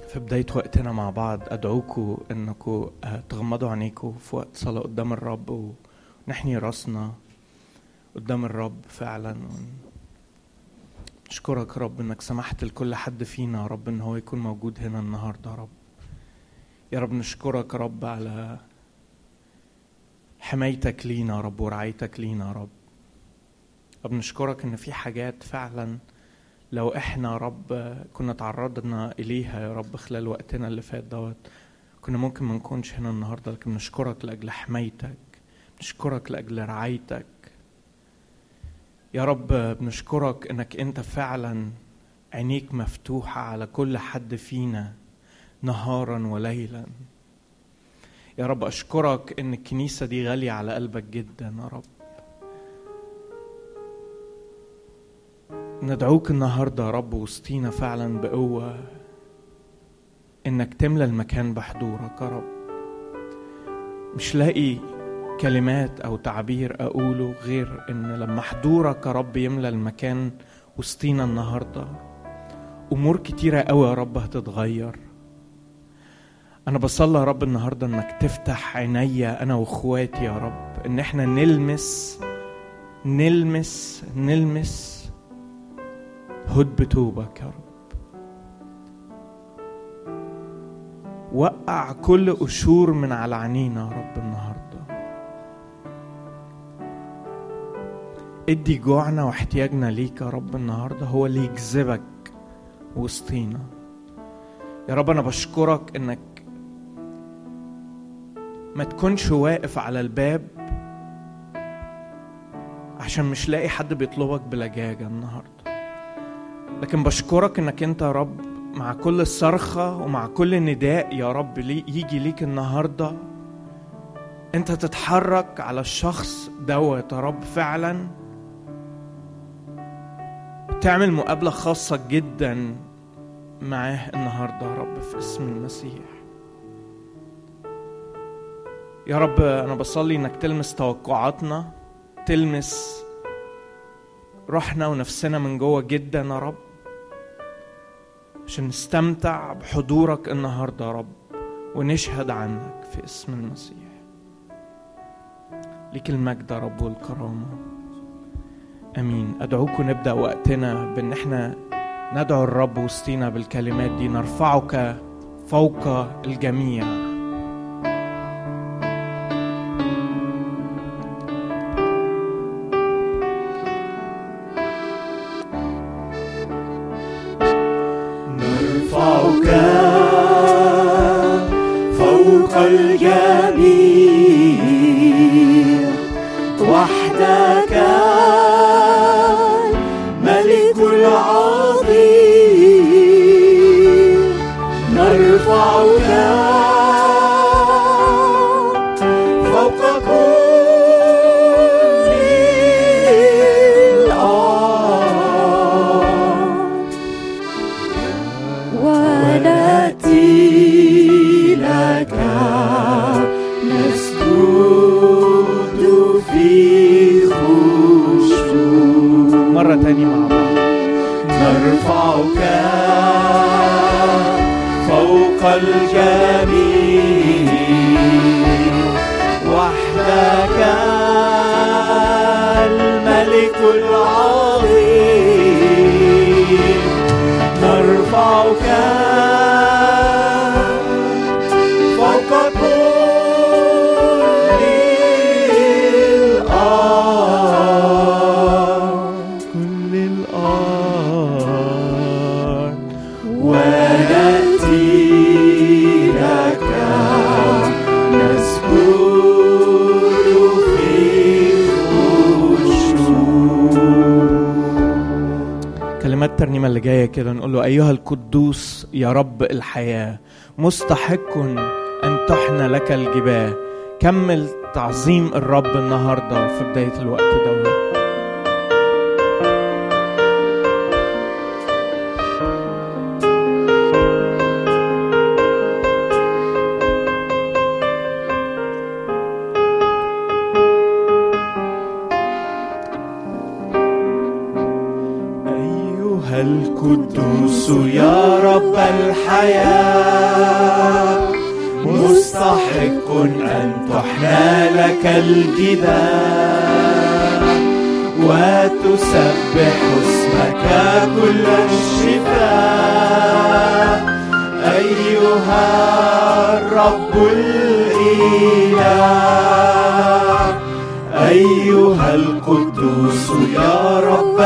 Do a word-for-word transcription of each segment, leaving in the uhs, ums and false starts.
في بداية وقتنا مع بعض أدعوكم أنكم تغمضوا عينيكم في وقت صلاة قدام الرب ونحني راسنا قدام الرب فعلا. نشكرك رب أنك سمحت لكل حد فينا رب أن هو يكون موجود هنا النهاردة رب. يا رب نشكرك رب على حمايتك لينا رب ورعايتك لينا رب. رب نشكرك أن في حاجات فعلا لو احنا رب كنا تعرضنا اليها يا رب خلال وقتنا اللي فات دوت كنا ممكن ما نكونش هنا النهارده، لكن نشكرك لاجل حمايتك، نشكرك لاجل رعايتك يا رب. بنشكرك انك انت فعلا عينيك مفتوحه على كل حد فينا نهارا وليلا يا رب. اشكرك ان الكنيسه دي غاليه على قلبك جدا يا رب. ندعوك النهاردة يا رب وسطينا فعلا بقوة انك تملى المكان بحضورك يا رب. مش لاقي كلمات او تعبير اقوله غير ان لما حضورك يا رب يملى المكان وسطينا النهاردة امور كتيرة قوي يا رب هتتغير. انا بصلي يا رب النهاردة انك تفتح عينيا انا واخواتي يا رب ان احنا نلمس نلمس نلمس هد بتوبك يا رب. وقع كل قشور من على عينينا يا رب النهارده. ادي جوعنا واحتياجنا ليك يا رب النهارده هو اللي يجذبك وسطينا يا رب. انا بشكرك انك ما تكونش واقف على الباب عشان مش لاقي حد بيطلبك بلجاجة النهارده، لكن بشكرك انك انت يا رب مع كل صرخة ومع كل نداء يا رب لي يجي ليك النهاردة انت تتحرك على الشخص دوت يا رب فعلا تعمل مقابلة خاصة جدا معاه النهاردة يا رب في اسم المسيح يا رب. انا بصلي انك تلمس توقعاتنا، تلمس روحنا ونفسنا من جوه جدا يا رب عشان نستمتع بحضورك النهاردة يا رب ونشهد عنك في اسم المسيح. ليك المجد يا رب والكرامة امين. ادعوكم نبدأ وقتنا بان احنا ندعو الرب وسطينا بالكلمات دي. نرفعك فوق الجميع. فوق الجميع وحدك الملك العظيم. نرفعك فوق كل الأرض ونأتي لك نسجد في خشوع. مرة تانية مع بعض. نرفعك فوق الجميع وحدك الملك العظيم. نرفعك فوق كل الأرض كل الأرض ونأتي لك نسجد في خشوع. كلمات الترنيمة اللي جاية كده نقول له أيها القدوس يا رب الحياة مستحق أن تحنى لك الجباه. كمل تعظيم الرب النهاردة في بداية الوقت ده. القدوس يا رب الحياة، مستحق أن تحنى لك الجبال وتسبح اسمك كل الشفاء. أيها الرب الإله، أيها القدوس يا رب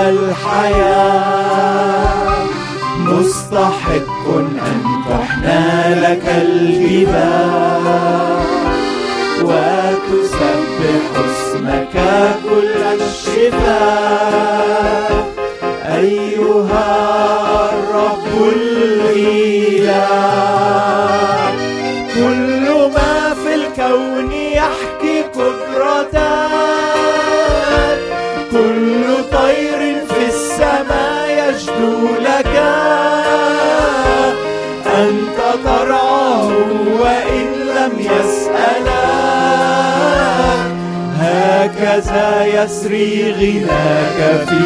الحياة، مستحق أن تحنى لك الجبال وتسبح اسمك كل الشفاء. أيها الرب الإله، كل ما في الكون يحكي قدرتك، كل طير في السماء يشدو لك. أنت ترعاه وإن لم يسألك، هكذا يسري غناك في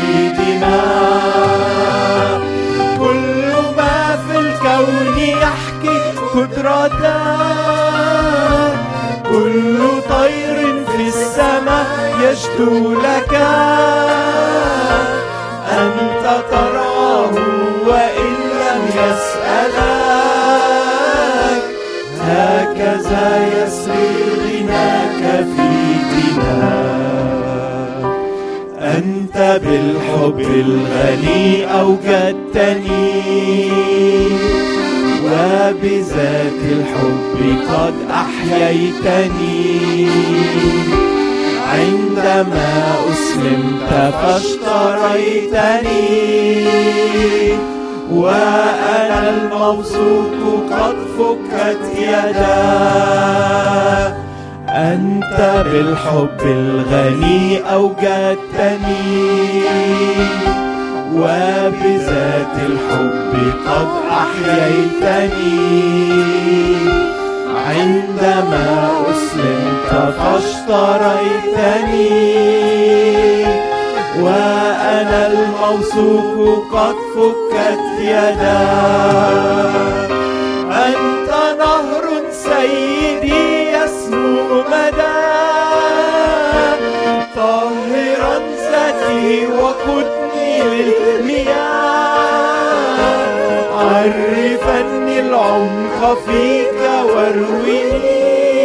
دماء. كل ما في الكون يحكي قدرتك، كل طير في السماء يشدو لك. أنت تراه وإن لم يسألك، هكذا يسري غناك في دماء. أنت بالحب الغني أوجدتني، وبذات الحب قد أحييتني. عندما أسلمت فاشتريتني، وأنا الموثوق قد فكت يداه. أنت بالحب الغني أوجدتني، وبذات الحب قد أحييتني. عندما أسلمت فاشتريتني، وأنا الموثوق قد فكت يداه. أنت نهر سيدي يسمو مدى، طاهرا ذاتي وقدني للمياه. عرفني العمق فيك وارويني،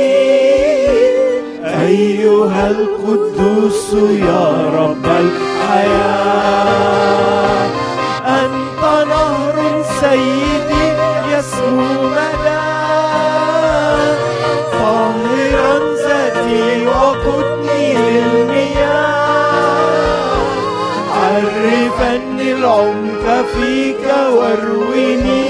أيها القدوس يا رب الحياة. أنت نهر سيدي يسمو مدى، طاهرا ذاتي وقدني للمياه. عرفني العمق فيك وارويني،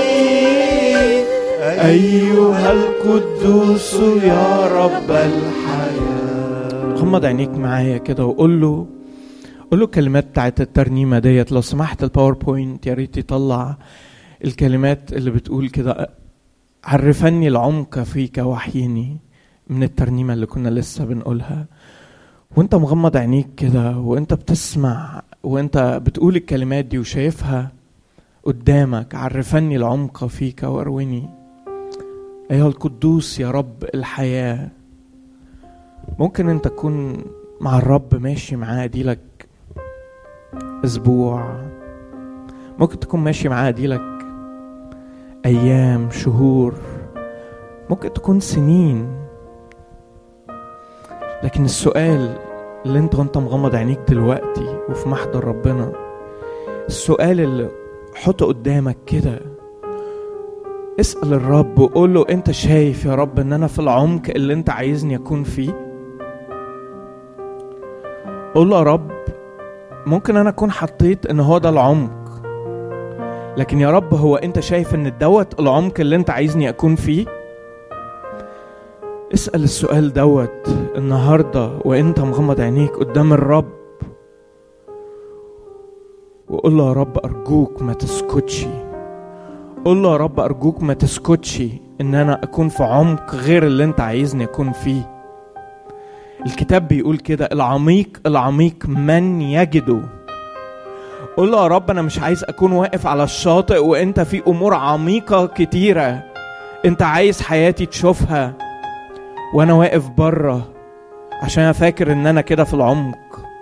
أيها القدوس يا رب الحياة. غمض عينيك معايا كده وقول له قول له الكلمات بتاعت الترنيمة ديت. لو سمحت الباوربوينت يا ريت يطلع الكلمات اللي بتقول كده: عرفني العمق فيك وحيني، من الترنيمة اللي كنا لسه بنقولها. وانت مغمض عينيك كده وانت بتسمع وانت بتقول الكلمات دي وشايفها قدامك: عرفني العمق فيك وارويني، أيها القدوس يا رب الحياة. ممكن انت تكون مع الرب ماشي معاه ديلك أسبوع، ممكن تكون ماشي معاه ديلك أيام، شهور، ممكن تكون سنين. لكن السؤال اللي انت وانت مغمض عينيك دلوقتي وفي محضر ربنا، السؤال اللي حطه قدامك كده، اسأل الرب وقول له: انت شايف يا رب ان انا في العمق اللي انت عايزني اكون فيه؟ قول له: يا رب ممكن انا اكون حطيت ان هو ده العمق، لكن يا رب هو انت شايف ان دوت العمق اللي انت عايزني اكون فيه؟ اسأل السؤال دوت النهاردة وانت مغمض عينيك قدام الرب، وقول له: يا رب ارجوك ما تسكتش. قول له: يا رب ارجوك ما تسكتش ان انا اكون في عمق غير اللي انت عايزني اكون فيه. الكتاب بيقول كده: العميق العميق من يجده، قول له يا رب أنا مش عايز أكون واقف على الشاطئ وإنت في أمور عميقة كتيرة إنت عايز حياتي تشوفها، وأنا واقف بره عشان أفاكر إن أنا كده في العمق.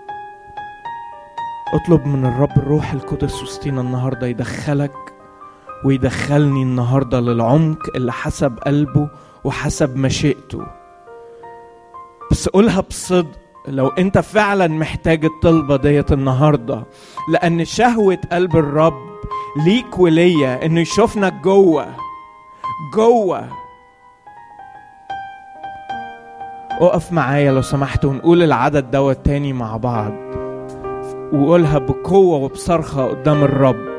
اطلب من الرب الروح القدس وسطينا النهاردة يدخلك ويدخلني النهاردة للعمق اللي حسب قلبه وحسب مشيئته. بس قولها بصدق لو انت فعلا محتاج الطلبة ديت النهاردة، لأن شهوة قلب الرب ليك وليا انه يشوفنا جوه جوه. اقف معايا لو سمحت ونقول العدد دوت تاني مع بعض، وقولها بقوة وبصرخة قدام الرب.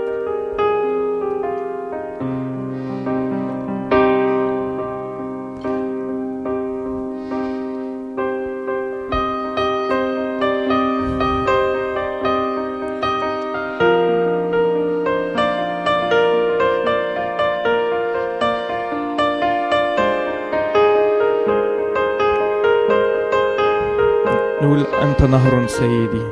نقول أنت نهر سيدي.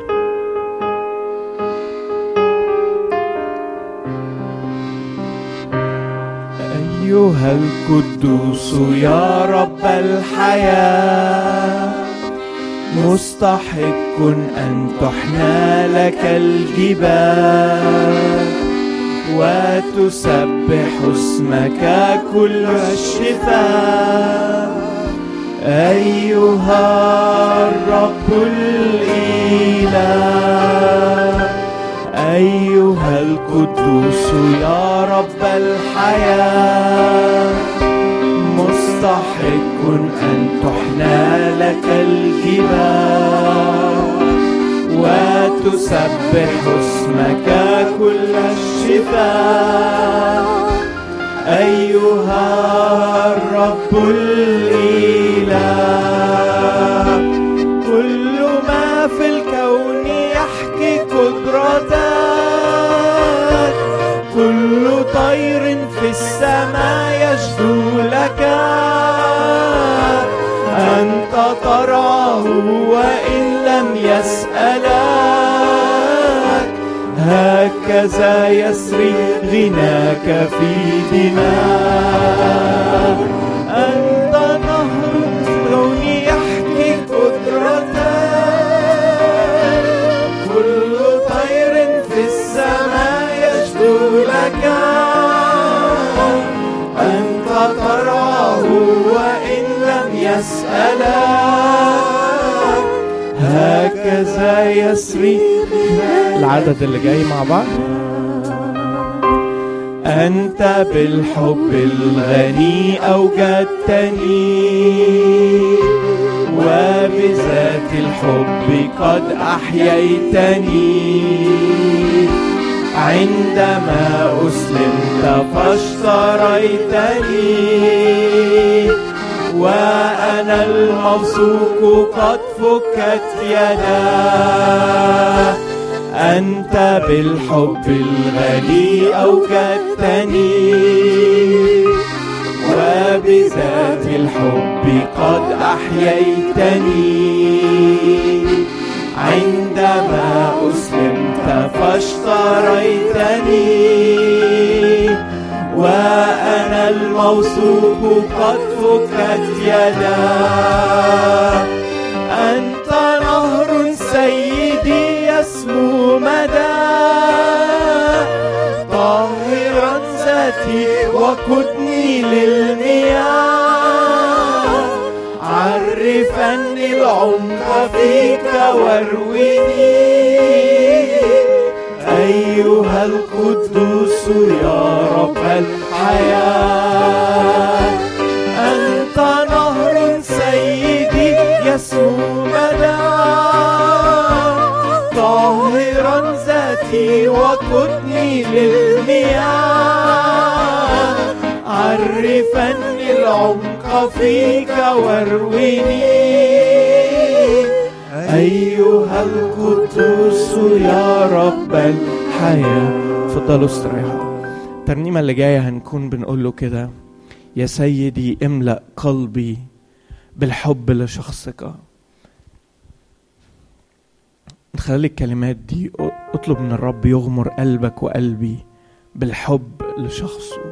أيها القدوس يا رب الحياة، مستحق أن تحنى لك الجبال وتسبح اسمك كل الشفاء. أيها الرب الإله، أيها القدوس يا رب الحياة، مستحق أن تحنى لك الجبال وتسبح اسمك كل الشفاء. أيها الرب الإله، كل ما في الكون يحكي قدرتك، كل طير في السماء يشدو لك. أنت تراه وإن لم يسألك، هكذا يسري غناك في دماء. أنت نهر الكون يحكي قدرتك، كل طير في السماء يشدو لك. أنت تراه وإن لم يسألك، هكذا يسري. العدد اللي جاي مع بعض. أنت بالحب الغني أوجدتني، وبذات الحب قد أحييتني. عندما أسلمت فاشتريتني، وأنا الموثوق قد فكت يداه. أنت بالحب الغني أوجدتني، وبذات الحب قد أحييتني. عندما أسلمت فاشتريتني، وأنا الموثوق قد فكت يداه. أنت نهر سيدي يسمو مدى، طاهرا ذاتي وقدني للمياه. عرفني العمق فيك وارويني، أيها القدوس يا رب الحياة. أنت نهر سيدي يسمو مدى، طاهرا ذاتي وقدني للمياه. عرفني العمق فيك وارويني، أيها القدوس يا رب الحياة. فضلوا استريحوا. الترنيمة اللي جاية هنكون بنقول له كده: يا سيدي املأ قلبي بالحب لشخصك. نخلي الكلمات دي اطلب من الرب يغمر قلبك وقلبي بالحب لشخصه.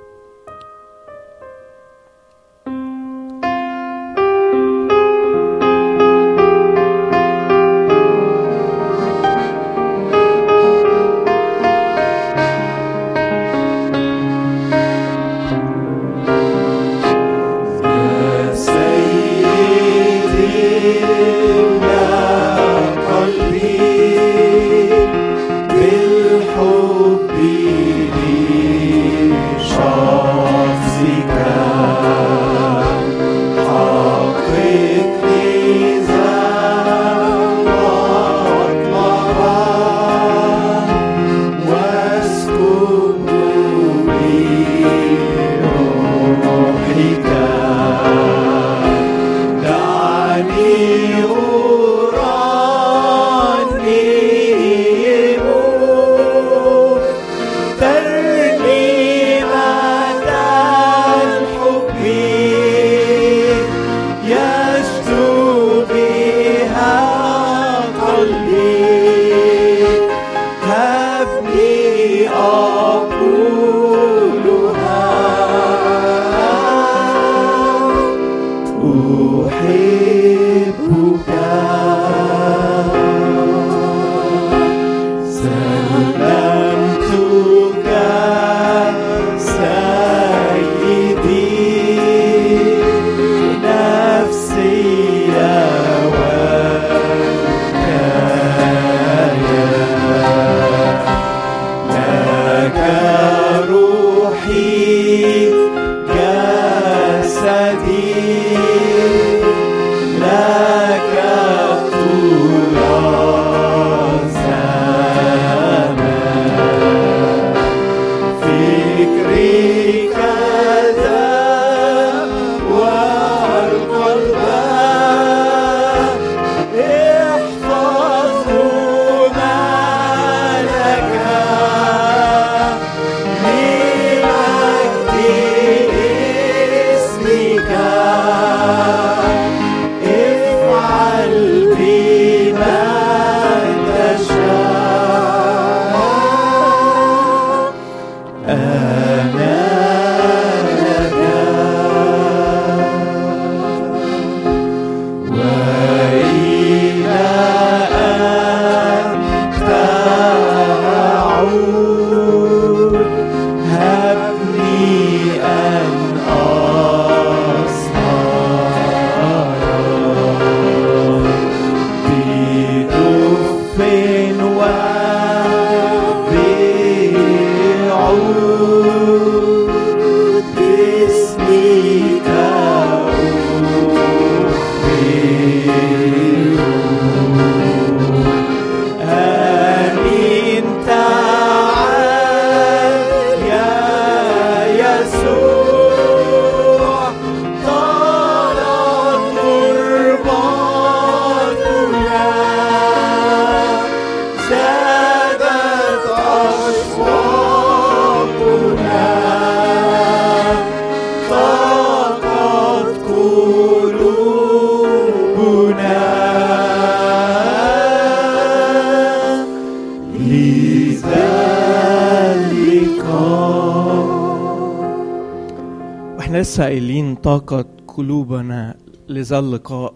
لسه قايلين طاقة قلوبنا لذا اللقاء.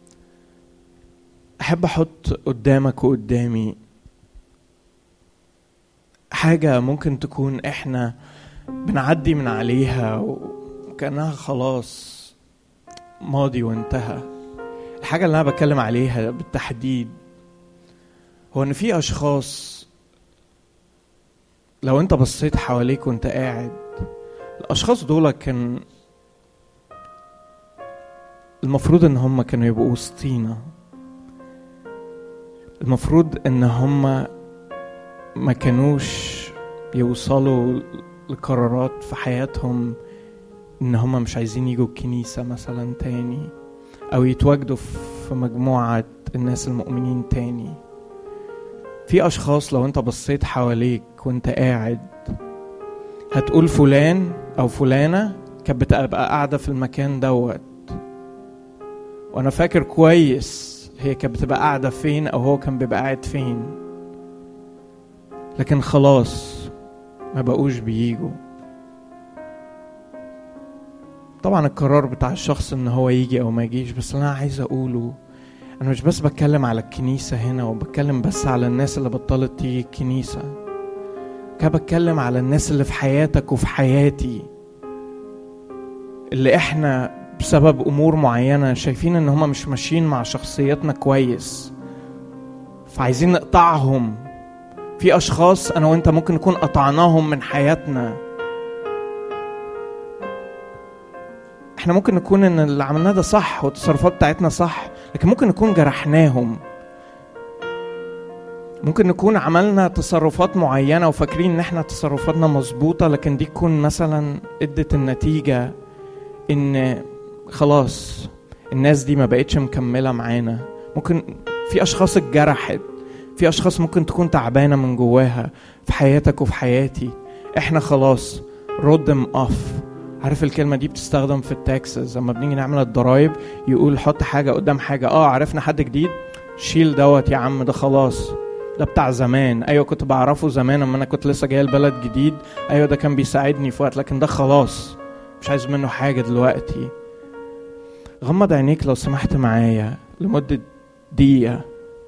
أحب أحط قدامك وقدامي حاجة ممكن تكون إحنا بنعدي من عليها وكأنها خلاص ماضي وانتهى. الحاجة اللي أنا بتكلم عليها بالتحديد هو إن في أشخاص لو أنت بصيت حواليك وأنت قاعد، الأشخاص دول كان المفروض إن هم كانوا يبقوا وسطينا، المفروض إن هم ما كانوش يوصلوا لقرارات في حياتهم إن هم مش عايزين يجوا الكنيسة مثلا تاني أو يتواجدوا في مجموعة الناس المؤمنين تاني. في أشخاص لو أنت بصيت حواليك وأنت قاعد هتقول فلان أو فلانة كانت بتبقى قاعدة في المكان دوت، وأنا فاكر كويس هي كانت بتبقى قاعدة فين أو هو كان بيبقى قاعد فين. لكن خلاص ما بقوش بييجوا. طبعا القرار بتاع الشخص ان هو يجي او ما يجيش، بس انا عايز اقوله انا مش بس بتكلم على الكنيسة هنا وبتكلم بس على الناس اللي بطلت تيجي الكنيسة، كده بتكلم على الناس اللي في حياتك وفي حياتي، اللي احنا بسبب امور معينة شايفين ان هما مش ماشيين مع شخصيتنا كويس فعايزين نقطعهم. في اشخاص انا وانت ممكن نكون قطعناهم من حياتنا. احنا ممكن نكون ان اللي عملناه ده صح والتصرفات بتاعتنا صح، لكن ممكن نكون جرحناهم. ممكن نكون عملنا تصرفات معينة وفاكرين ان احنا تصرفاتنا مظبوطة، لكن دي تكون مثلا ادت النتيجة ان خلاص الناس دي ما بقتش مكملة معانا. ممكن في اشخاص اتجرحت، في اشخاص ممكن تكون تعبانة من جواها في حياتك وفي حياتي. احنا خلاص رد them off. عارف الكلمة دي بتستخدم في التاكسز لما بنيجي نعمل الضرايب، يقول حط حاجة قدام حاجة. اه عرفنا حد جديد، شيل دوت يا عم، ده خلاص ده بتاع زمان. ايوه كنت بعرفه زمان لما انا كنت لسه جاي البلد جديد، ايوه ده كان بيساعدني في وقت، لكن ده خلاص مش عايز منه حاجة دلوقتي. غمض عينيك لو سمحت معايا لمدة دقيقة.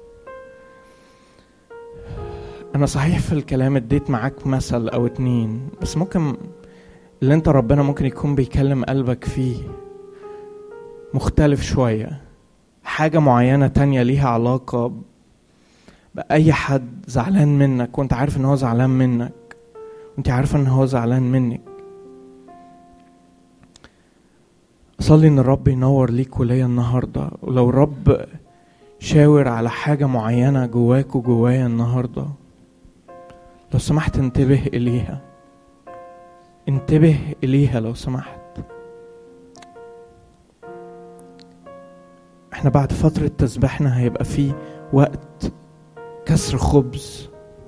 انا صحيح في الكلام اديت معاك مثل او اتنين، بس ممكن اللي انت ربنا ممكن يكون بيكلم قلبك فيه مختلف شوية، حاجة معينة تانية ليها علاقة بأي حد زعلان منك وانت عارف ان هو زعلان منك وانت عارف ان هو زعلان منك. أصلي ان الرب ينور ليك وليا النهاردة، ولو الرب شاور على حاجة معينة جواك وجوايا النهاردة، لو سمحت انتبه إليها، انتبه إليها لو سمحت. احنا بعد فترة تسبيحنا هيبقى فيه وقت كسر خبز.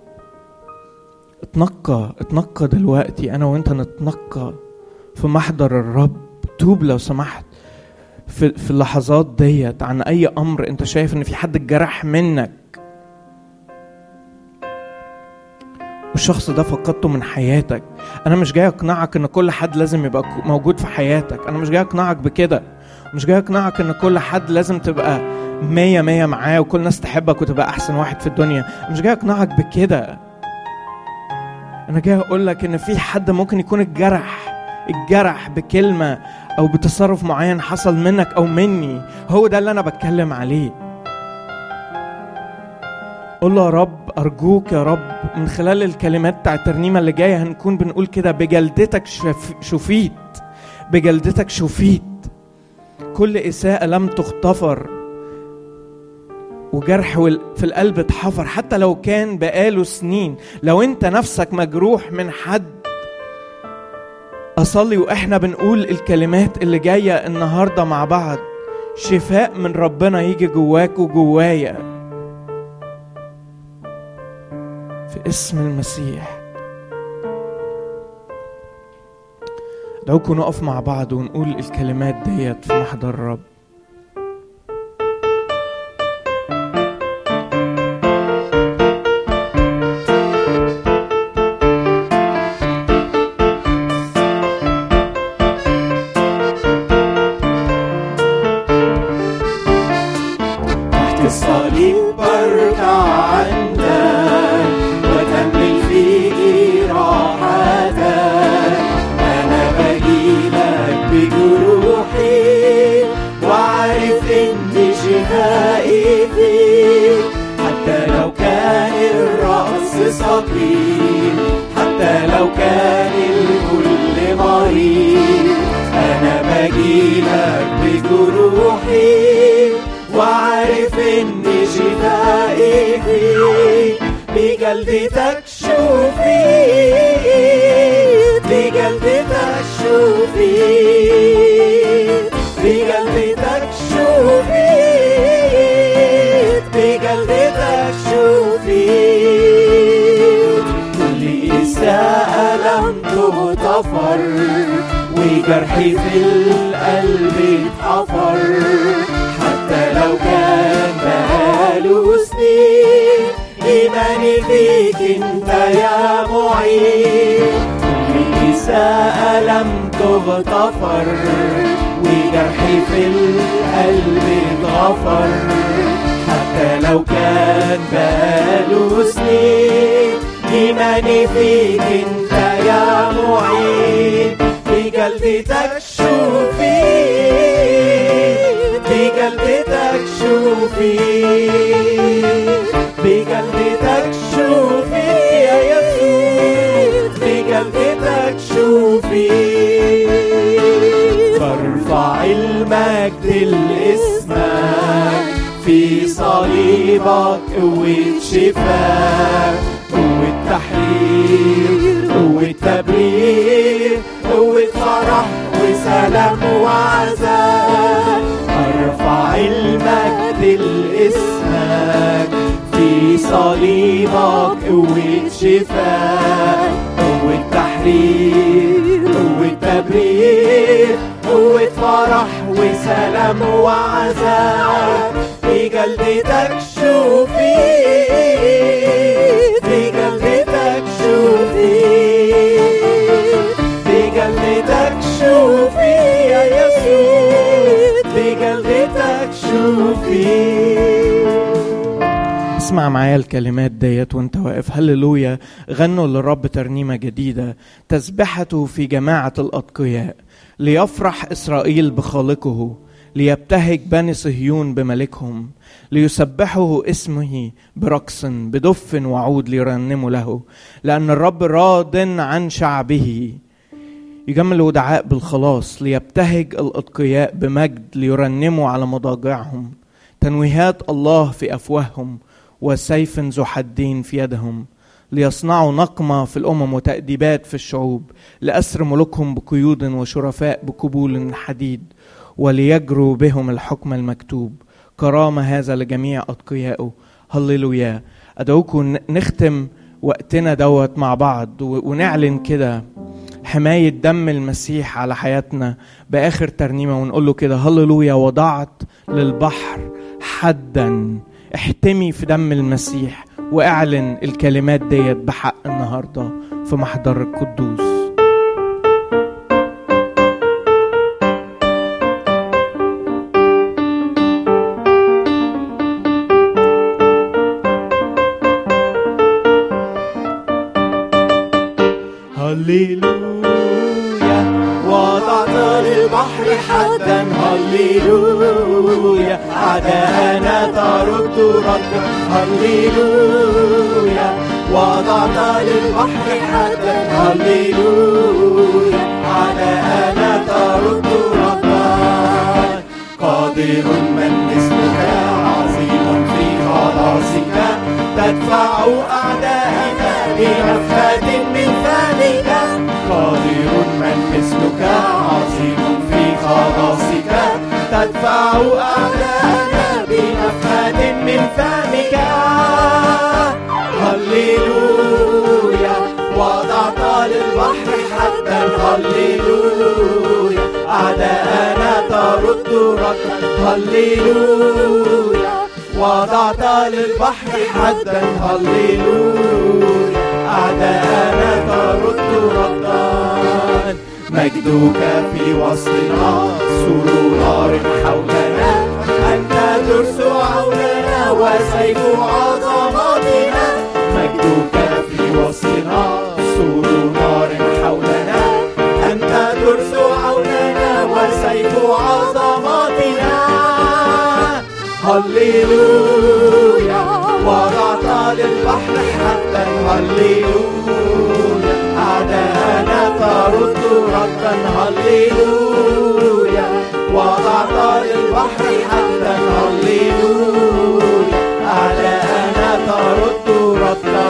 اتنقى اتنقى دلوقتي انا وانت نتنقى في محضر الرب. توب لو سمحت في, في اللحظات ديت عن اي امر انت شايف ان في حد اتجرح منك والشخص ده فقدته من حياتك. انا مش جاي اقنعك ان كل حد لازم يبقى موجود في حياتك، انا مش جاي اقنعك بكده، مش جاي اقنعك ان كل حد لازم تبقى مية مية معاه وكل الناس تحبك وتبقى احسن واحد في الدنيا. مش جاي اقنعك بكده، انا جاي اقولك ان في حد ممكن يكون الجرح الجرح بكلمة او بتصرف معين حصل منك او مني، هو ده اللي انا بتكلم عليه. قول له يا رب ارجوك يا رب، من خلال الكلمات بتاع الترنيمة اللي جاية هنكون بنقول كده: بجلدتك شفيت، بجلدتك شفيت، كل إساءة لم تغتفر، وجرح في القلب اتحفر حتى لو كان بقاله سنين. لو انت نفسك مجروح من حد، أصلي وإحنا بنقول الكلمات اللي جاية النهاردة مع بعض، شفاء من ربنا يجي جواك وجوايا في اسم المسيح. دعوكم نقف مع بعض ونقول الكلمات ديت في محضر الرب. حتى لو كان الكل مريض، أنا بجيلك بجروحي وعارف إن شفائي فيك. بجلدتك شفيت، بجلدتك شفيت، بجلدتك شفيت، بجلدتك شفيت. كل إساءة لم تغتفر وجرحي في القلب اتحفر، حتى لو كان بقاله سنين إيماني فيك انت يا معين، كل إساءة لم تغتفر وجرحي في القلب اتغفر، حتى لو كان بقاله سنين. إيماني فيك انت يا معين، بجلدتك شوفي بجلدتك شوفي بجلدتك شوفي يا يسوع، بجلدتك شوفي. فارفع المجد لاسمك في صليبك، قوة شفاء، قوة تحرير، قوة تبرير، قوة فرح وسلام وعزاء. ارفع المجد لاسمك في صليبك، قوة شفاء، قوة تحرير، قوة تبرير، قوة فرح وسلام وعزاء. بجلدتك شوفي بجلدتك شوفي بجلدتك شوفي يا يسوع، بجلدتك شوفي. اسمع معايا الكلمات ديت وانت واقف. هللويا. غنوا للرب ترنيمة جديدة، تسبحته في جماعة الأتقياء، ليفرح إسرائيل بخالقه، ليبتهج بني صهيون بملكهم، ليسبحه اسمه برقص، بدف وعود ليرنموا له، لأن الرب راض عن شعبه. يجمل الودعاء بالخلاص، ليبتهج الأتقياء بمجد، ليرنموا على مضاجعهم. تنويهات الله في أفواههم، وسيف ذو حدين في يدهم، ليصنعوا نقمة في الأمم وتأديبات في الشعوب، لأسر ملوكهم بقيود وشرفاء بكبول حديد، وليجروا بهم الحكم المكتوب. كرامة هذا لجميع أتقيائه. هللويا. أدعوكم نختم وقتنا دوت مع بعض ونعلن كده حماية دم المسيح على حياتنا بآخر ترنيمة، ونقول له كده هللويا. وضعت للبحر حدا، احتمي في دم المسيح، واعلن الكلمات ديت بحق النهاردة في محضر القدوس. هللويا. وضعت للبحر حدا، هللويا. أعداءنا ترد ردا، هللويا. وضعت للبحر حدا، هللويا. أعداءنا ترد ردا. قادر من مثلك، عظيم في خلاصك، تدفع أعداءنا بنفخة من فمك. قادر من مثلك، عظيم في خلاصك، تدفع أعداءنا بنفخة من فمك. هللويا. وضعت للبحر حدا، هللويا. أعداءنا ترد ردا، هللويا. وضعت للبحر حدا، هللويا. أعداءنا ترد ردا. مجدك في وسطنا، سور نار حولنا، أنت ترس عوننا وسيف عظمتنا. مجدك في وسطنا، سور نار حولنا، أنت ترس عوننا وسيف عظمتنا. هللويا. وضعت للبحر حدا، هللويا. أعداءنا ترد ردا، هللويا. وضعت للبحر حدا، هللويا. أعداءنا ترد ردا.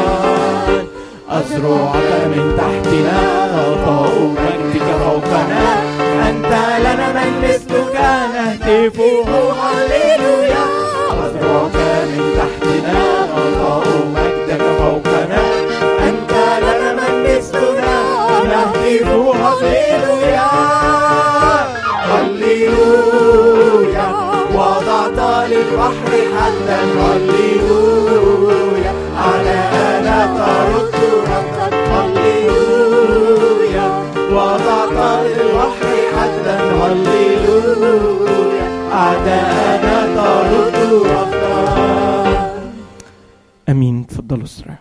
أزرعك من تحتنا، غطاء مجدك فوقنا، أنت لنا من مثلك، نهتف هللويا. أزرعك من تحتنا، غطاء مجدك فوقنا، أنت لنا من مثلنا، نهتف هللويا. هللويا. وضعت للبحر حدا، هللويا. على أعداءنا ترد وفرا. امين. تفضلوا استريحوا.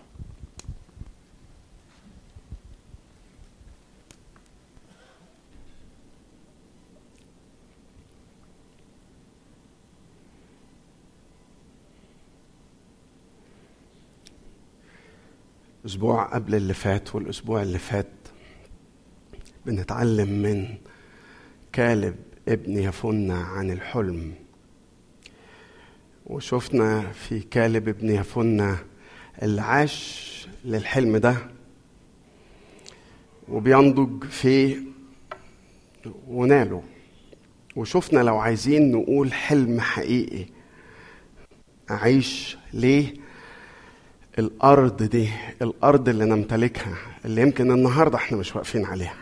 أسبوع قبل اللي فات والأسبوع اللي فات بنتعلم من كالب ابن يفنة عن الحلم، وشفنا في كالب ابن يفنة اللي عاش للحلم ده وبينضج فيه وناله. وشفنا لو عايزين نقول حلم حقيقي أعيش ليه الأرض دي، الأرض اللي نمتلكها اللي يمكن النهاردة احنا مش واقفين عليها،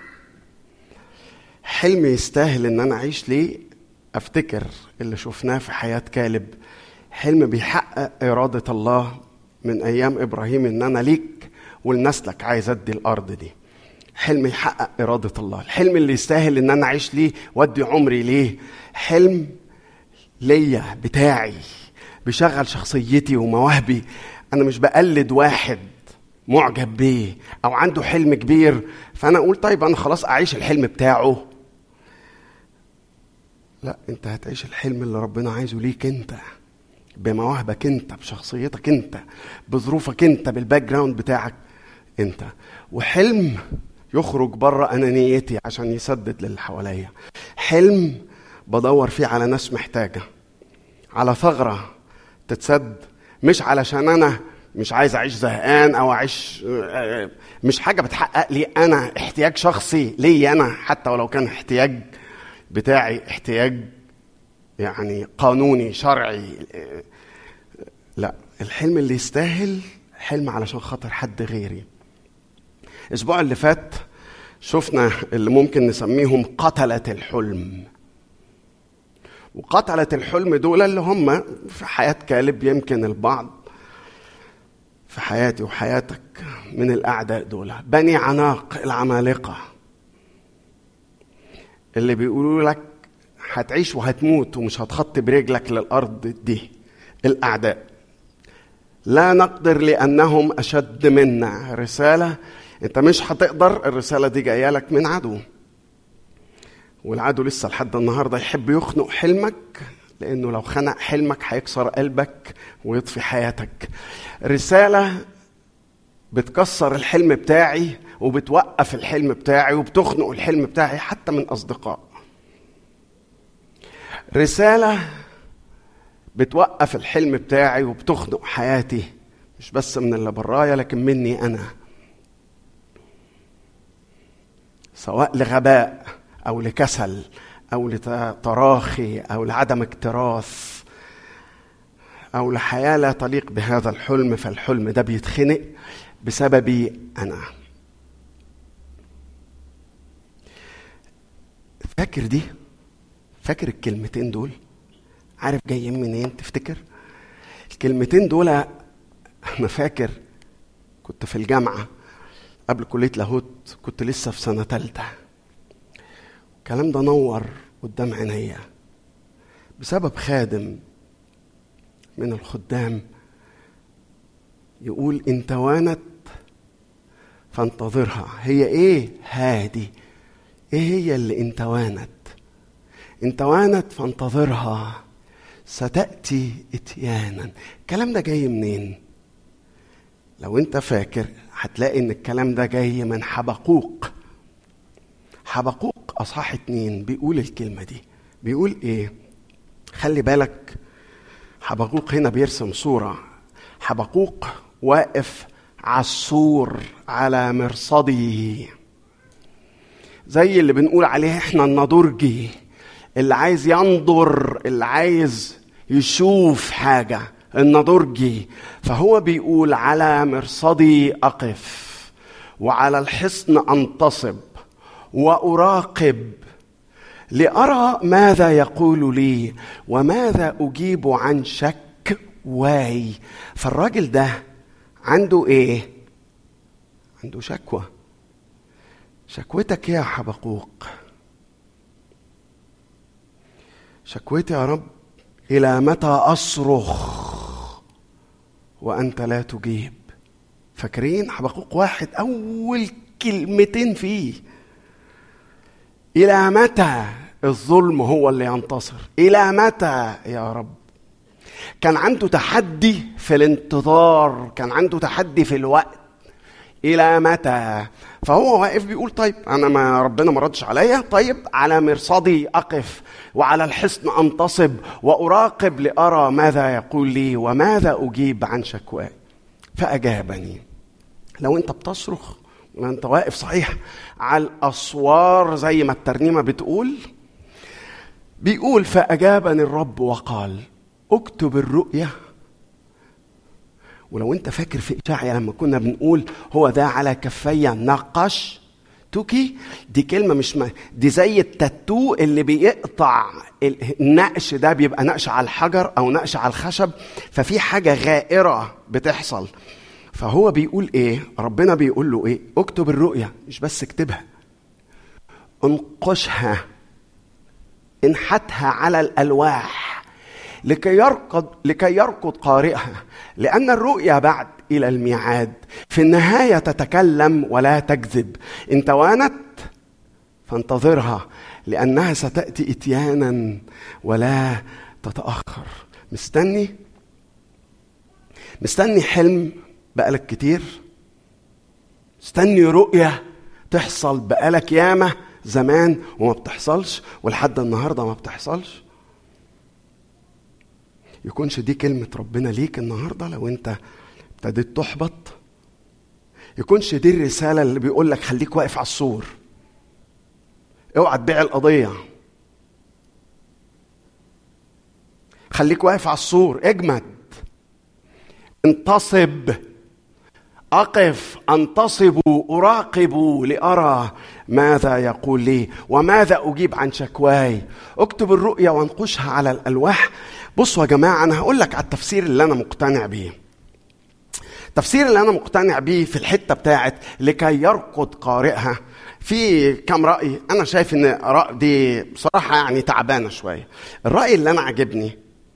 حلم يستاهل ان انا اعيش ليه. افتكر اللي شفناه في حياة كالب، حلم بيحقق إرادة الله من ايام ابراهيم ان انا ليك ولنسلك عايز ادي الارض دي. حلم يحقق إرادة الله، الحلم اللي يستاهل ان انا اعيش ليه وادي عمري ليه. حلم ليا بتاعي بيشغل شخصيتي ومواهبي. انا مش بقلد واحد معجب بيه او عنده حلم كبير فانا اقول طيب انا خلاص اعيش الحلم بتاعه. لا، انت هتعيش الحلم اللي ربنا عايزه ليك انت، بمواهبك انت، بشخصيتك انت، بظروفك انت، بالباك جراوند بتاعك انت. وحلم يخرج بره انانيتي عشان يسدد للي حواليا. حلم بدور فيه على ناس محتاجة، على ثغرة تتسد، مش علشان انا مش عايز اعيش زهقان او اعيش، مش حاجة بتحقق لي انا احتياج شخصي لي انا، حتى ولو كان احتياج بتاعي احتياج يعني قانوني شرعي. لا، الحلم اللي يستاهل حلم علشان خاطر حد غيري. الاسبوع اللي فات شفنا اللي ممكن نسميهم قتلة الحلم. وقتلة الحلم دول اللي هم في حياة كالب، يمكن البعض في حياتي وحياتك من الأعداء دول، بني عناق العمالقة اللي بيقولوا لك هتعيش وهتموت ومش هتخطي برجلك للأرض دي. الأعداء لا نقدر لأنهم أشد منا. رسالة انت مش هتقدر، الرسالة دي جاية لك من عدو، والعدو لسه لحد النهاردة يحب يخنق حلمك، لأنه لو خنق حلمك هيكسر قلبك ويطفي حياتك. رسالة بتكسر الحلم بتاعي وبتوقف الحلم بتاعي وبتخنق الحلم بتاعي حتى من أصدقاء. رسالة بتوقف الحلم بتاعي وبتخنق حياتي، مش بس من اللي برايا لكن مني أنا، سواء لغباء أو لكسل أو لتراخي أو لعدم اكتراث أو لحياة لا تليق بهذا الحلم. فالحلم ده بيتخنق بسببي أنا. فاكر دي؟ فاكر الكلمتين دول؟ عارف جايين منين تفتكر؟ الكلمتين دول أنا فاكر كنت في الجامعة قبل كلية لاهوت، كنت لسه في سنة تالتة. الكلام ده نور قدام عينيا بسبب خادم من الخدام يقول إن توانت فانتظرها. هي إيه هادي؟ إيه هي اللي إن توانت؟ إن توانت فانتظرها ستأتي إتيانا. الكلام ده جاي منين؟ لو أنت فاكر هتلاقي إن الكلام ده جاي من حبقوق. حبقوق أصحاح اتنين بيقول الكلمة دي. بيقول إيه؟ خلي بالك، حبقوق هنا بيرسم صورة. حبقوق واقف عالسور على مرصده، زي اللي بنقول عليه احنا النضورجي، اللي عايز ينظر، اللي عايز يشوف حاجة، النضورجي. فهو بيقول على مرصدي أقف وعلى الحصن أنتصب وأراقب لأرى ماذا يقول لي وماذا أجيب عن شك واي. فالراجل ده عنده إيه؟ عنده شكوى. شكوتك يا حبقوق، شكوتي يا رب إلى متى أصرخ وأنت لا تجيب؟ فاكرين حبقوق واحد أول كلمتين فيه إلى متى الظلم هو اللي ينتصر؟ إلى متى يا رب؟ كان عنده تحدي في الانتظار، كان عنده تحدي في الوقت. إلى متى؟ فهو واقف بيقول طيب أنا ما ربنا ما ردش عليا، طيب على مرصدي أقف وعلى الحصن أنتصب وأراقب لأرى ماذا يقول لي وماذا أجيب عن شكواي. فأجابني. لو أنت بتصرخ وأنت واقف صحيح على الأسوار زي ما الترنيمة بتقول، بيقول فأجابني الرب وقال اكتب الرؤية. ولو انت فاكر في إشعيا لما كنا بنقول هو ذا على كفي نقش توكي، دي كلمة مش ما دي زي التاتو اللي بيقطع النقش، ده بيبقى نقش على الحجر أو نقش على الخشب، ففي حاجة غائرة بتحصل. فهو بيقول ايه؟ ربنا بيقول له ايه؟ اكتب الرؤية، مش بس اكتبها، انقشها، انحتها على الألواح لكي يركض لكي يركض قارئها، لأن الرؤيا بعد إلى الميعاد في النهاية تتكلم ولا تكذب. إن توانت فانتظرها لأنها ستأتي إتيانا ولا تتأخر. مستني مستني حلم بقالك كتير، مستني رؤية تحصل بقالك ياما زمان وما بتحصلش، ولحد النهاردة ما بتحصلش. يكونش دي كلمة ربنا ليك النهاردة لو انت ابتديت تحبط. يكونش دي الرسالة اللي بيقول لك خليك واقف على السور، اوعى تبيع القضية، خليك واقف على السور، اجمد، انتصب، أقف، أنتصب، أراقب لأرى ماذا يقول لي وماذا أجيب عن شكواي. اكتب الرؤيا وانقشها على الألواح. بصوا يا جماعة، أنا هقول لك على التفسير اللي أنا مقتنع بيه. التفسير اللي أنا مقتنع بيه في الحتة بتاعت لكي يركض قارئها، في كم رأي. أنا شايف إن رأي دي بصراحة يعني تعبانة شوية. الرأي اللي أنا عجبني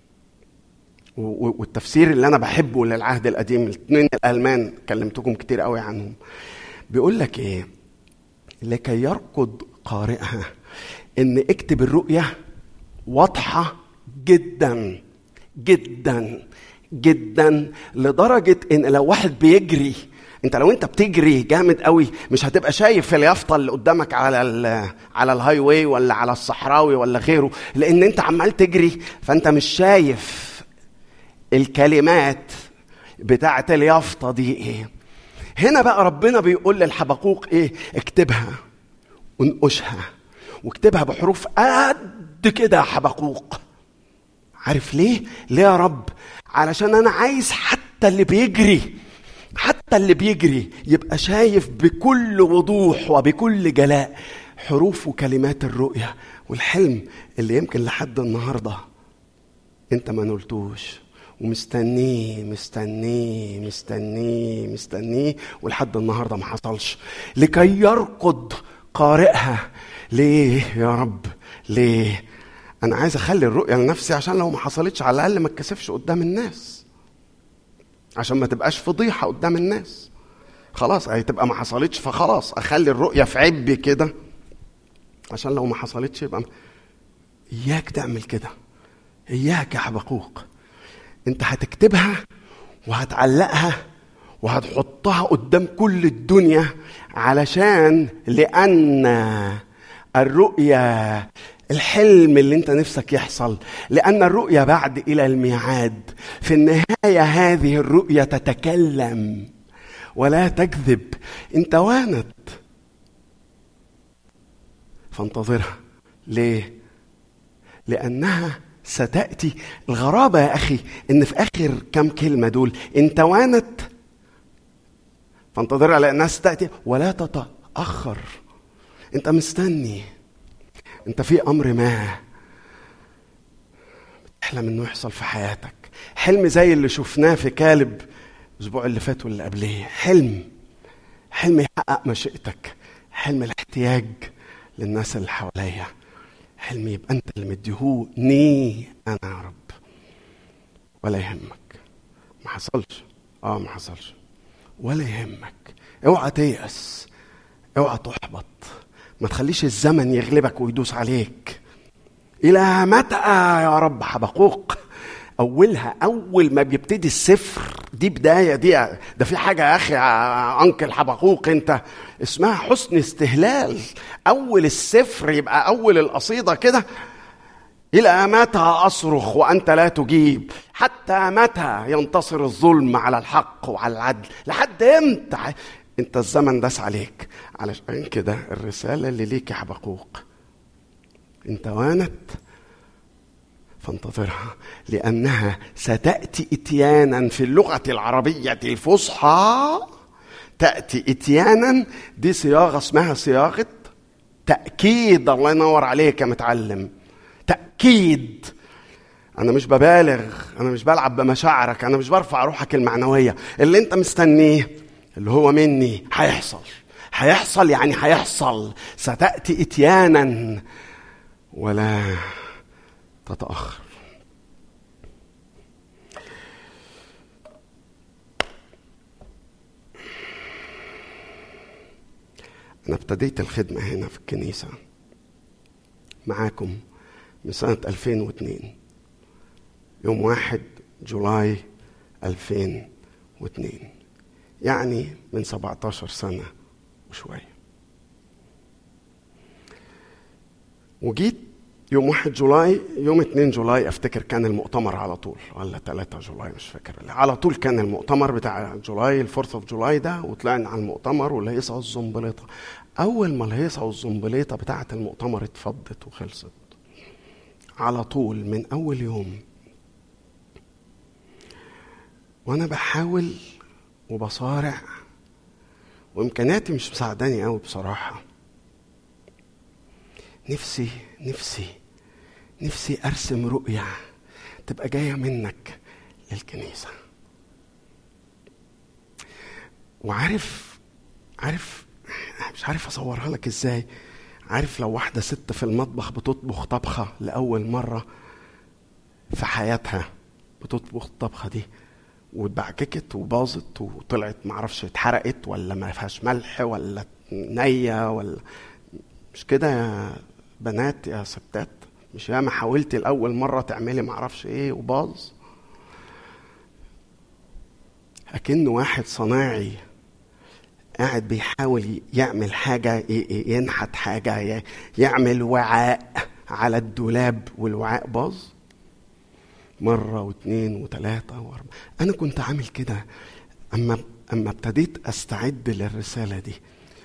والتفسير اللي أنا بحبه للعهد القديم، الاثنين الألمان كلمتكم كتير قوي عنهم، بيقول لك إيه؟ لكي يركض قارئها، إن اكتب الرؤية واضحة جدا جدا جدا، لدرجة إن لو واحد بيجري، انت لو انت بتجري جامد قوي مش هتبقى شايف اليافطه اللي قدامك على على الهاي واي ولا على الصحراوي ولا غيره، لان انت عمال تجري فانت مش شايف الكلمات بتاعت اليافطه دي ايه. هنا بقى ربنا بيقول للحبقوق ايه؟ اكتبها وانقشها، واكتبها بحروف قد كده يا حبقوق. عارف ليه؟ ليه يا رب؟ علشان انا عايز حتى اللي بيجري حتى اللي بيجري يبقى شايف بكل وضوح وبكل جلاء حروف وكلمات الرؤية والحلم اللي يمكن لحد النهاردة انت ما نلتوش ومستنيه مستنيه مستنيه مستنيه ولحد النهاردة ما حصلش. لكي يركض قارئها. ليه يا رب؟ ليه؟ انا عايز اخلي الرؤية لنفسي عشان لو ما حصلتش على الاقل ما اتكسفش قدام الناس، عشان ما تبقاش فضيحة قدام الناس. خلاص هي تبقى ما حصلتش، فخلاص اخلي الرؤية في عبي كده عشان لو ما حصلتش يبقى م... اياك تعمل كده، اياك يا حبقوق. انت هتكتبها وهتعلقها وهتحطها قدام كل الدنيا، علشان لأن الرؤية، الحلم اللي انت نفسك يحصل، لأن الرؤية بعد إلى الميعاد. في النهاية هذه الرؤية تتكلم ولا تكذب. انت وانت فانتظرها. ليه؟ لأنها ستأتي. الغرابة يا أخي إن في آخر كم كلمة دول انت وانت فانتظرها لأنها ستأتي ولا تتأخر. انت مستني، انت في امر ما بتحلم انه يحصل في حياتك، حلم زي اللي شفناه في كالب الاسبوع اللي فات واللي قبليه، حلم حلم يحقق مشيئتك، حلم الاحتياج للناس اللي حواليا، حلم يبقى انت اللي مديهوني انا يا رب، ولا يهمك. ما حصلش، اه ما حصلش، ولا يهمك. اوعى تيأس، اوعى تحبط، ما تخليش الزمن يغلبك ويدوس عليك. الى متى يا رب؟ حبقوق اولها، اول ما بيبتدي السفر دي بدايه، دي ده في حاجه يا اخي انكل حبقوق انت اسمها حسن استهلال. اول السفر يبقى اول القصيده كده: الى متى اصرخ وانت لا تجيب؟ حتى متى ينتصر الظلم على الحق وعلى العدل؟ لحد امتى انت الزمن داس عليك؟ علشان كده الرساله اللي ليك يا حبقوق: انت وانت فانتظرها، لأنها ستأتي إتيانا. في اللغة العربية الفصحى تأتي إتيانا دي صياغة اسمها صياغة تأكيد. الله ينور عليك يا متعلم، تأكيد. أنا مش ببالغ، أنا مش بلعب بمشاعرك، أنا مش برفع روحك المعنوية. اللي أنت مستنيه اللي هو مني هيحصل، هيحصل يعني هيحصل. ستأتي إتيانا ولا تتأخر. أنا ابتديت الخدمة هنا في الكنيسة معاكم من سنة ألفين واثنين، يوم واحد جولاي ألفين واثنين، يعني من سبعتاشر سنة وشوية. وجيت يوم واحد جولاي، يوم اتنين جولاي افتكر كان المؤتمر على طول، ولا تلاتة جولاي مش فاكر، على طول كان المؤتمر بتاع جولاي، الفورث اوف جولاي ده. وطلعنا على المؤتمر والهيصة والزنبليطة. اول ما الهيصة والزنبليطة بتاعة المؤتمر اتفضت وخلصت على طول من اول يوم وانا بحاول وبصارع، وامكانياتي مش مساعداني قوي بصراحة. نفسي نفسي نفسي ارسم رؤية تبقى جاية منك للكنيسة. وعارف عارف مش عارف اصورها لك ازاي. عارف لو واحدة ست في المطبخ بتطبخ طبخة لأول مرة في حياتها، بتطبخ الطبخة دي واتبعككت وباظت وطلعت معرفش اتحرقت ولا ما فيهاش ملح ولا نية ولا مش كده يا بنات يا ستات؟ مش ياما حاولتي الأول مرة تعملي معرفش ايه وباظ؟ أكن واحد صناعي قاعد بيحاول يعمل حاجة، ينحت حاجة، يعمل وعاء على الدولاب والوعاء باظ مرة واثنين وثلاثة واربعة. أنا كنت عامل كده أما أما ابتديت أستعد للرسالة دي.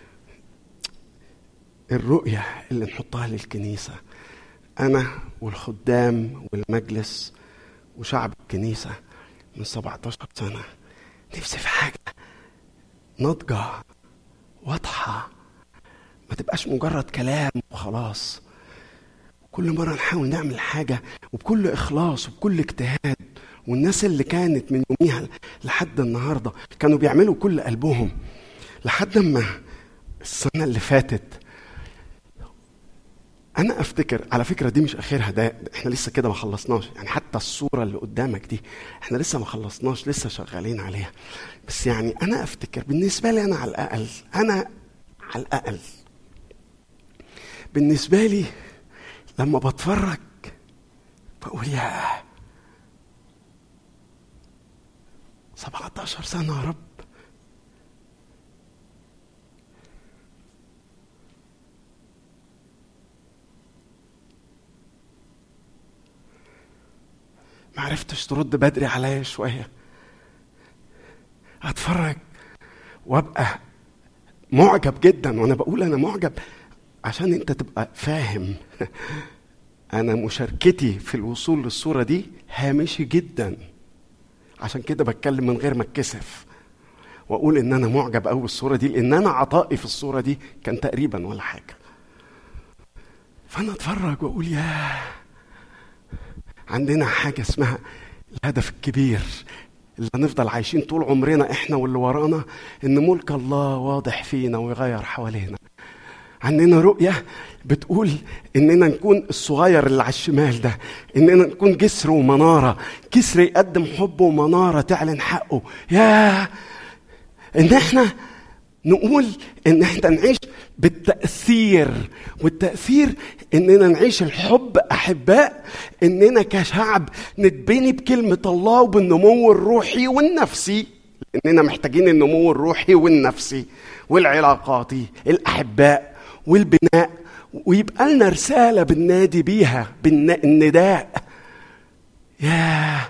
الرؤية اللي نحطها للكنيسة أنا والخدام والمجلس وشعب الكنيسة من سبعتاشر سنة، نفسي في حاجة نضجة واضحة، ما تبقاش مجرد كلام وخلاص. كل مرة نحاول نعمل حاجة وبكل إخلاص وبكل اجتهاد. والناس اللي كانت من يوميها لحد النهاردة كانوا بيعملوا كل قلبهم، لحد ما السنة اللي فاتت أنا أفتكر، على فكرة دي مش آخرها، ده إحنا لسه كده ما خلصناش. يعني حتى الصورة اللي قدامك دي إحنا لسه ما خلصناش، لسه شغالين عليها. بس يعني أنا أفتكر بالنسبة لي أنا على الأقل، أنا على الأقل بالنسبة لي لما بتفرج بقول يا سبعتاشر سنة يا رب. ما عرفتش ترد بدري عليا شوية. هتفرج وابقى معجب جدا. وانا بقول انا معجب عشان انت تبقى فاهم انا مشاركتي في الوصول للصورة دي هامشي جدا. عشان كده بتكلم من غير ما اتكسف واقول ان انا معجب قوي بالصورة دي، لان انا عطائي في الصورة دي كان تقريبا ولا حاجة. فانا اتفرج واقول يا عندنا حاجة اسمها الهدف الكبير اللي هنفضل عايشين طول عمرنا احنا واللي ورانا، ان ملك الله واضح فينا ويغير حوالينا. عندنا رؤية بتقول إننا نكون الصغير اللي على الشمال ده، إننا نكون جسر ومنارة، جسر يقدم حب ومنارة تعلن حقه. يا إن إحنا نقول إن إحنا نعيش بالتأثير، والتأثير إننا نعيش الحب أحباء، إننا كشعب نتبني بكلمة الله وبالنمو الروحي والنفسي، إننا محتاجين النمو الروحي والنفسي والعلاقاتي الأحباء والبناء، ويبقى لنا رسالة بالنادي بيها بالنداء. يا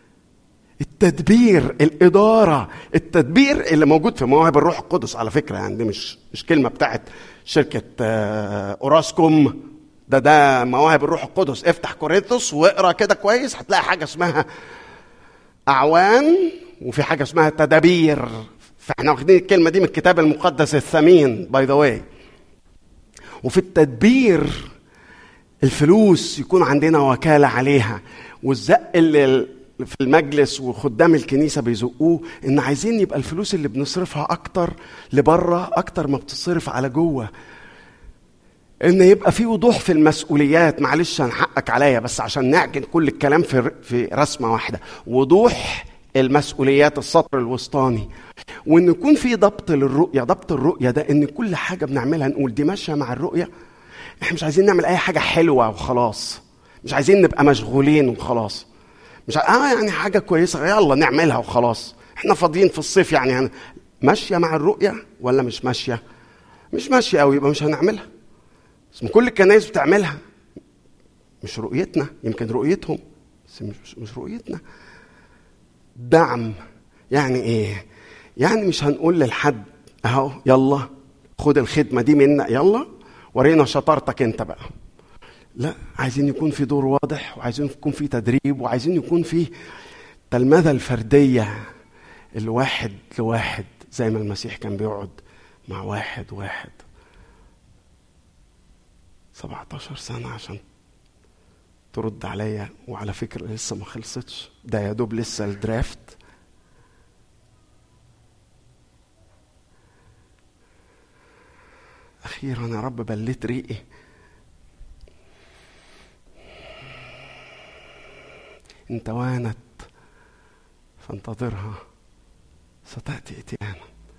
التدبير، الإدارة، التدبير اللي موجود في مواهب الروح القدس على فكرة. يعني دي مش مش كلمة بتاعت شركة أوراسكوم، ده ده مواهب الروح القدس. افتح كورنثوس واقرأ كده كويس، هتلاقي حاجة اسمها أعوان وفي حاجة اسمها تدابير. فاحنا واخدين الكلمة دي من الكتاب المقدس الثمين باي ذا واي. وفي التدبير الفلوس يكون عندنا وكالة عليها، والزق اللي في المجلس وخدام الكنيسة بيزقوه إن عايزين يبقى الفلوس اللي بنصرفها أكتر لبره أكتر ما بتصرف على جوه، إن يبقى في وضوح في المسؤوليات. معلش هنحقك عليا بس عشان نعجن كل الكلام في في رسمة واحدة، وضوح المسؤوليات السطر الوسطاني، وإن يكون في ضبط للرؤية. ضبط الرؤية ده إن كل حاجة بنعملها نقول دي ماشية مع الرؤية. إحنا مش عايزين نعمل أي حاجة حلوة وخلاص، مش عايزين نبقى مشغولين وخلاص، مش ع... آه يعني حاجة كويسة يلا نعملها وخلاص، إحنا فاضيين في الصيف يعني, يعني ماشية مع الرؤية ولا مش ماشية؟ مش ماشية أوي يبقى مش هنعملها. اسم كل الكنائس بتعملها، مش رؤيتنا، يمكن رؤيتهم بس مش, مش رؤيتنا. دعم يعني إيه؟ يعني مش هنقول للحد أهو يلا خد الخدمة دي منا، يلا ورينا شطارتك أنت بقى. لا، عايزين يكون في دور واضح، وعايزين يكون في تدريب، وعايزين يكون في تلمذة الفردية الواحد لواحد، زي ما المسيح كان بيقعد مع واحد واحد سبعتاشر سنة عشان ترد عليا. وعلى فكرة لسه ما خلصتش، ده يا دوب لسه الدرافت. أخيرا يا رب بليت ريقي. إن توانت فانتظرها ستأتي اتيانا.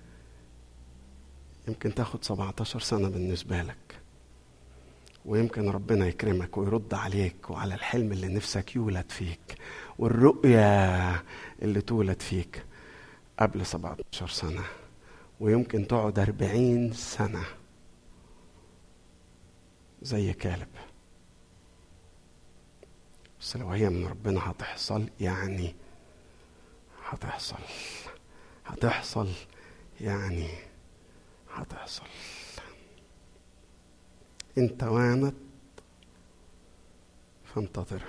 يمكن تاخد سبعتاشر سنة بالنسبة لك، ويمكن ربنا يكرمك ويرد عليك وعلى الحلم اللي نفسك يولد فيك والرؤية اللي تولد فيك قبل سبعتاشر سنة، ويمكن تقعد أربعين سنة زي كالب. بس لو هي من ربنا هتحصل، يعني هتحصل هتحصل يعني هتحصل. إن توانت فانتظرها.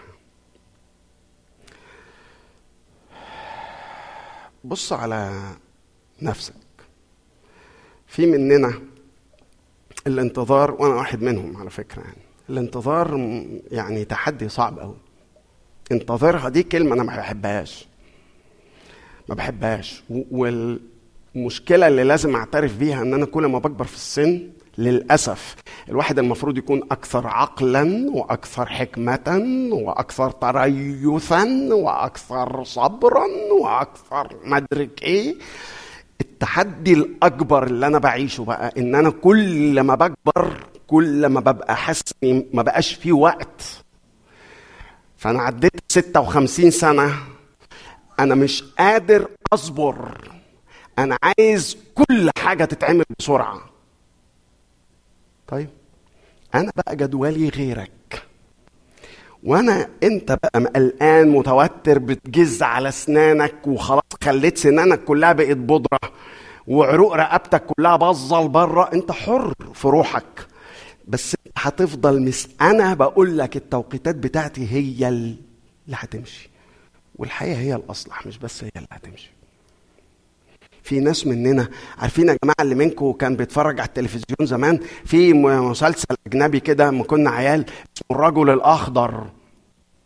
بص على نفسك. في مننا الانتظار، وانا واحد منهم على فكرة، يعني الانتظار يعني تحدي صعب قوي. انتظرها دي كلمة انا ما بحبهاش ما بحبهاش والمشكلة اللي لازم اعترف بيها ان انا كل ما بكبر في السن للأسف الواحد المفروض يكون أكثر عقلا وأكثر حكمة وأكثر تريثا وأكثر صبرا وأكثر مدرك إيه. التحدي الأكبر اللي أنا بعيشه بقى إن أنا كل ما بكبر كل ما ببقى حاسس ما بقاش فيه وقت. فأنا عديت ستة وخمسين سنة، أنا مش قادر أصبر، أنا عايز كل حاجة تتعمل بسرعة. طيب أنا بقى جدولي غيرك، وأنا أنت بقى قلقان متوتر بتجز على أسنانك وخلاص خليت سنانك كلها بقت بودرة وعروق رقبتك كلها باظة لبره. أنت حر في روحك، بس هتفضل مس. أنا بقول لك التوقيتات بتاعتي هي اللي هتمشي، والحقيقة هي الأصلح، مش بس هي اللي هتمشي. في ناس مننا عارفين يا جماعة اللي منكم كان بيتفرج على التلفزيون زمان في مسلسل أجنبي كده ما كنا عيال اسمه الرجل الأخضر.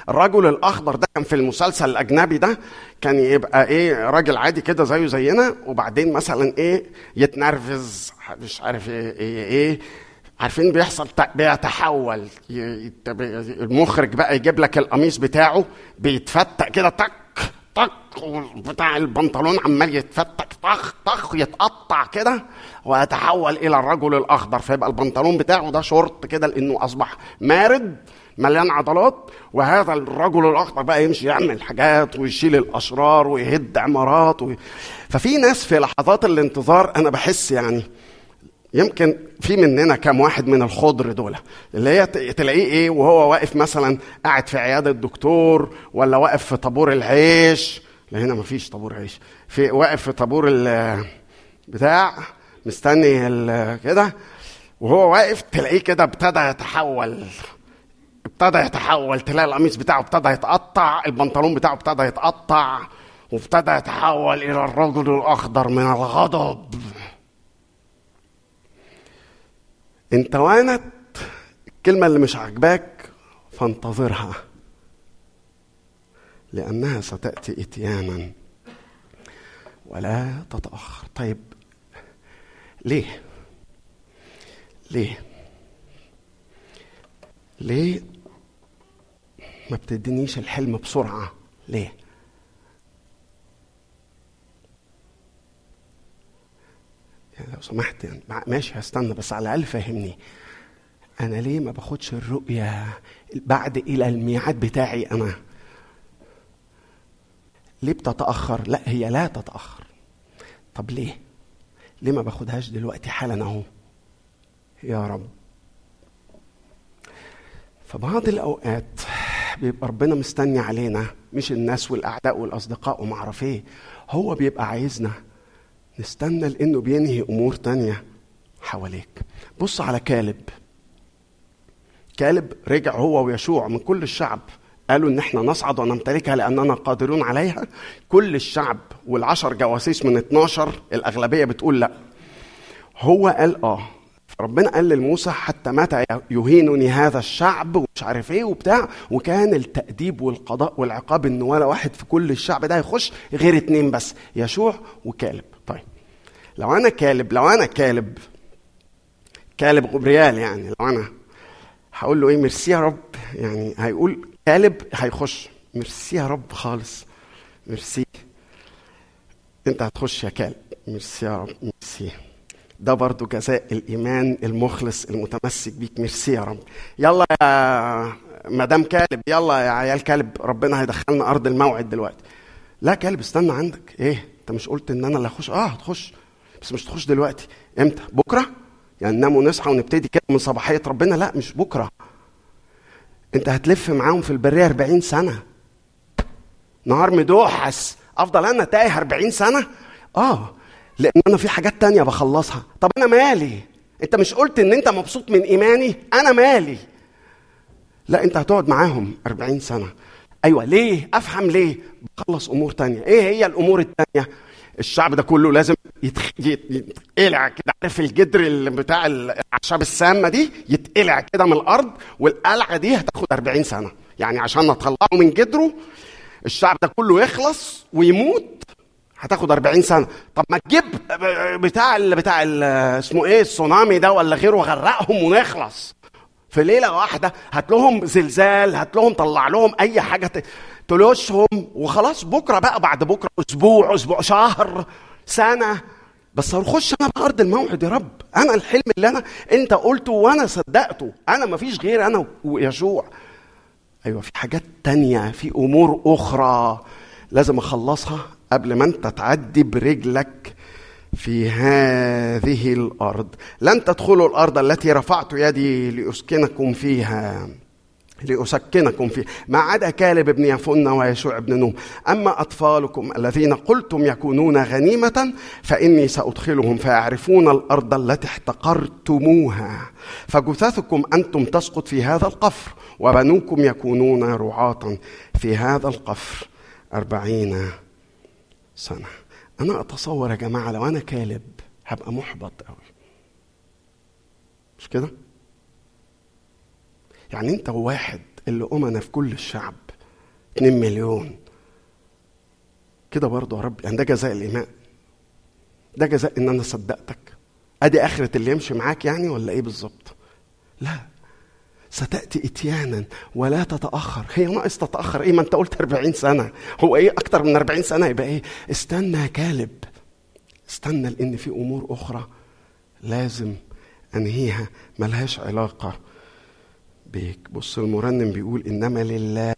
الرجل الاخضر ده كان في المسلسل الاجنبي ده كان يبقى ايه، راجل عادي كده زيه زينا، وبعدين مثلا ايه يتنرفز مش عارف ايه ايه, إيه عارفين بيحصل بيتحول. المخرج بقى يجيب لك القميص بتاعه بيتفتق كده طق طق، بتاع البنطلون عمال يتفتق طخ طخ يتقطع كده ويتحول الى الرجل الاخضر، فيبقى البنطلون بتاعه ده شورت كده لانه اصبح مارد مليان عضلات، وهذا الرجل الاخضر بقى يمشي يعمل حاجات ويشيل الاشرار ويهد عمارات و... ففي ناس في لحظات الانتظار انا بحس يعني يمكن في مننا كام واحد من الخضر دول اللي هي تلاقيه ايه وهو واقف مثلا قاعد في عيادة الدكتور، ولا واقف في طابور العيش، لا هنا مفيش طابور عيش، في واقف في طابور بتاع مستني كده، وهو واقف تلاقيه كده ابتدى يتحول ابتدى يتحول تلاقي القميص بتاعه ابتدى يتقطع، البنطلون بتاعه ابتدى يتقطع، وابتدى يتحول الى الرجل الاخضر من الغضب. ان توانت الكلمة اللي مش عجباك فانتظرها لأنها ستأتي إتيانا ولا تتأخر. طيب ليه ليه ليه ما بتدينيش الحلم بسرعة؟ ليه؟ يعني لو سمحت يعني ماشي هستنى، بس على الأقل فهمني أنا ليه ما باخدش الرؤية بعد إلى الميعاد بتاعي؟ أنا ليه بتتأخر؟ لا هي لا تتأخر. طب ليه؟ ليه ما باخدهاش دلوقتي حالا أهو يا رب؟ فبعض الأوقات بيبقى ربنا مستني علينا، مش الناس والأعداء والأصدقاء وما أعرف إيه، هو بيبقى عايزنا نستنى لأنه بينهي أمور تانية حواليك. بص على كالب. كالب رجع هو ويشوع من كل الشعب، قالوا إن احنا نصعد ونمتلكها لأننا قادرون عليها. كل الشعب والعشر جواسيس من اتناشر الأغلبية بتقول لا. هو قال آه. ربنا قال لموسى حتى متى يهينني هذا الشعب ومش عارف ايه وبتاع، وكان التأديب والقضاء والعقاب إن ولا واحد في كل الشعب ده يخش غير اتنين بس، يشوع وكالب. طيب لو أنا كالب لو أنا كالب كالب غبريال، يعني لو أنا هقول له ايه ميرسي يا رب، يعني هيقول كالب هيخش ميرسي يا رب خالص، ميرسي انت هتخش يا كالب، ميرسي يا رب، ميرسي. ده برضو جزاء الإيمان المخلص المتمسك بيك، ميرسي يا رب. يلا يا مدام كالب، يلا يا عيال كالب، ربنا هيدخلنا أرض الموعد دلوقتي. لا كالب استنى عندك، ايه انت مش قلت ان انا اللي هخش؟ اه هتخش بس مش تخش دلوقتي. امتى؟ بكرة؟ يعني ننام ونصحى ونبتدي كده من صباحية ربنا؟ لا مش بكرة. انت هتلف معاهم في البرية أربعين سنة، نهار مدوحس، افضل انا تايه أربعين سنة؟ اه لان انا في حاجات تانية بخلصها. طب انا مالي؟ انت مش قلت ان انت مبسوط من ايماني؟ انا مالي؟ لا انت هتقعد معاهم أربعين سنة. ايوه ليه؟ افهم ليه. بخلص امور تانية. ايه هي الامور التانية؟ الشعب ده كله لازم يتخ... يتقلع كده، عارف الجدر اللي بتاع الاعشاب السامة دي، يتقلع كده من الارض، والقلعة دي هتاخد أربعين سنة. يعني عشان نطلعه من جدره الشعب ده كله يخلص ويموت هتاخد أربعين سنة. طب ما تجيب بتاع ال بتاع ال اسمه ايه السونامي ده ولا غيره وغرقهم ونخلص في ليلة واحدة. هات لهم زلزال، هات لهم طلع لهم اي حاجة تلوشهم وخلاص. بكرة بقى، بعد بكرة، اسبوع، اسبوع، شهر، سنة، بس هنخش انا بأرض الموعد يا رب. انا الحلم اللي انا انت قلته وانا صدقته، انا مفيش غير انا ويشوع. ايوه في حاجات تانية، في امور اخرى لازم اخلصها قبل ما انت تعدي برجلك في هذه الارض. لن تدخلوا الارض التي رفعت يدي لاسكنكم فيها لأسكنكم فيه، ما عدا كالب ابن يفنة ويشوع ابن نون. أما أطفالكم الذين قلتم يكونون غنيمة فإني سأدخلهم فيعرفون الأرض التي احتقرتموها، فجثثكم أنتم تسقط في هذا القفر، وبنوكم يكونون رعاة في هذا القفر أربعين سنة. أنا أتصور يا جماعة لو أنا كالب هبقى محبط قوي، مش كده؟ يعني انت واحد اللي أمنا في كل الشعب اتنين مليون كده برضو يا رب. يعني ده جزاء الإيمان؟ ده جزاء إن أنا صدقتك؟ أدي آخرة اللي يمشي معاك يعني ولا إيه بالظبط؟ لا، ستأتي إتيانا ولا تتأخر. هي ناقص تتأخر إيه؟ ما أنت قلت أربعين سنة، هو إيه أكتر من أربعين سنة يبقى إيه؟ استنى يا كالب، استنى، لأن في أمور أخرى لازم أنهيها ملهاش علاقة بيك. بص المرنم بيقول إنما لله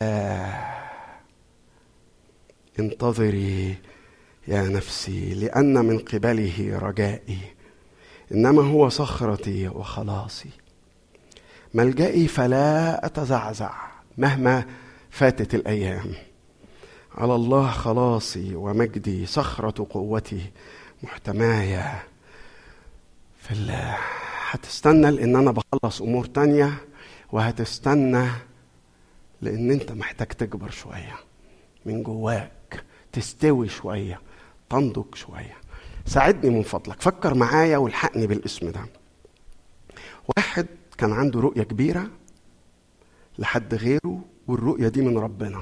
انتظري يا نفسي لأن من قبله رجائي، إنما هو صخرتي وخلاصي، ملجئي فلا أتزعزع مهما فاتت الأيام، على الله خلاصي ومجدي، صخرة قوتي محتمايا في الله. هتستنى لأن أنا بخلص أمور تانية، وهتستنى لأن أنت محتاج تكبر شوية من جواك، تستوي شوية، تنضج شوية. ساعدني من فضلك، فكر معايا والحقني بالاسم ده. واحد كان عنده رؤية كبيرة لحد غيره، والرؤية دي من ربنا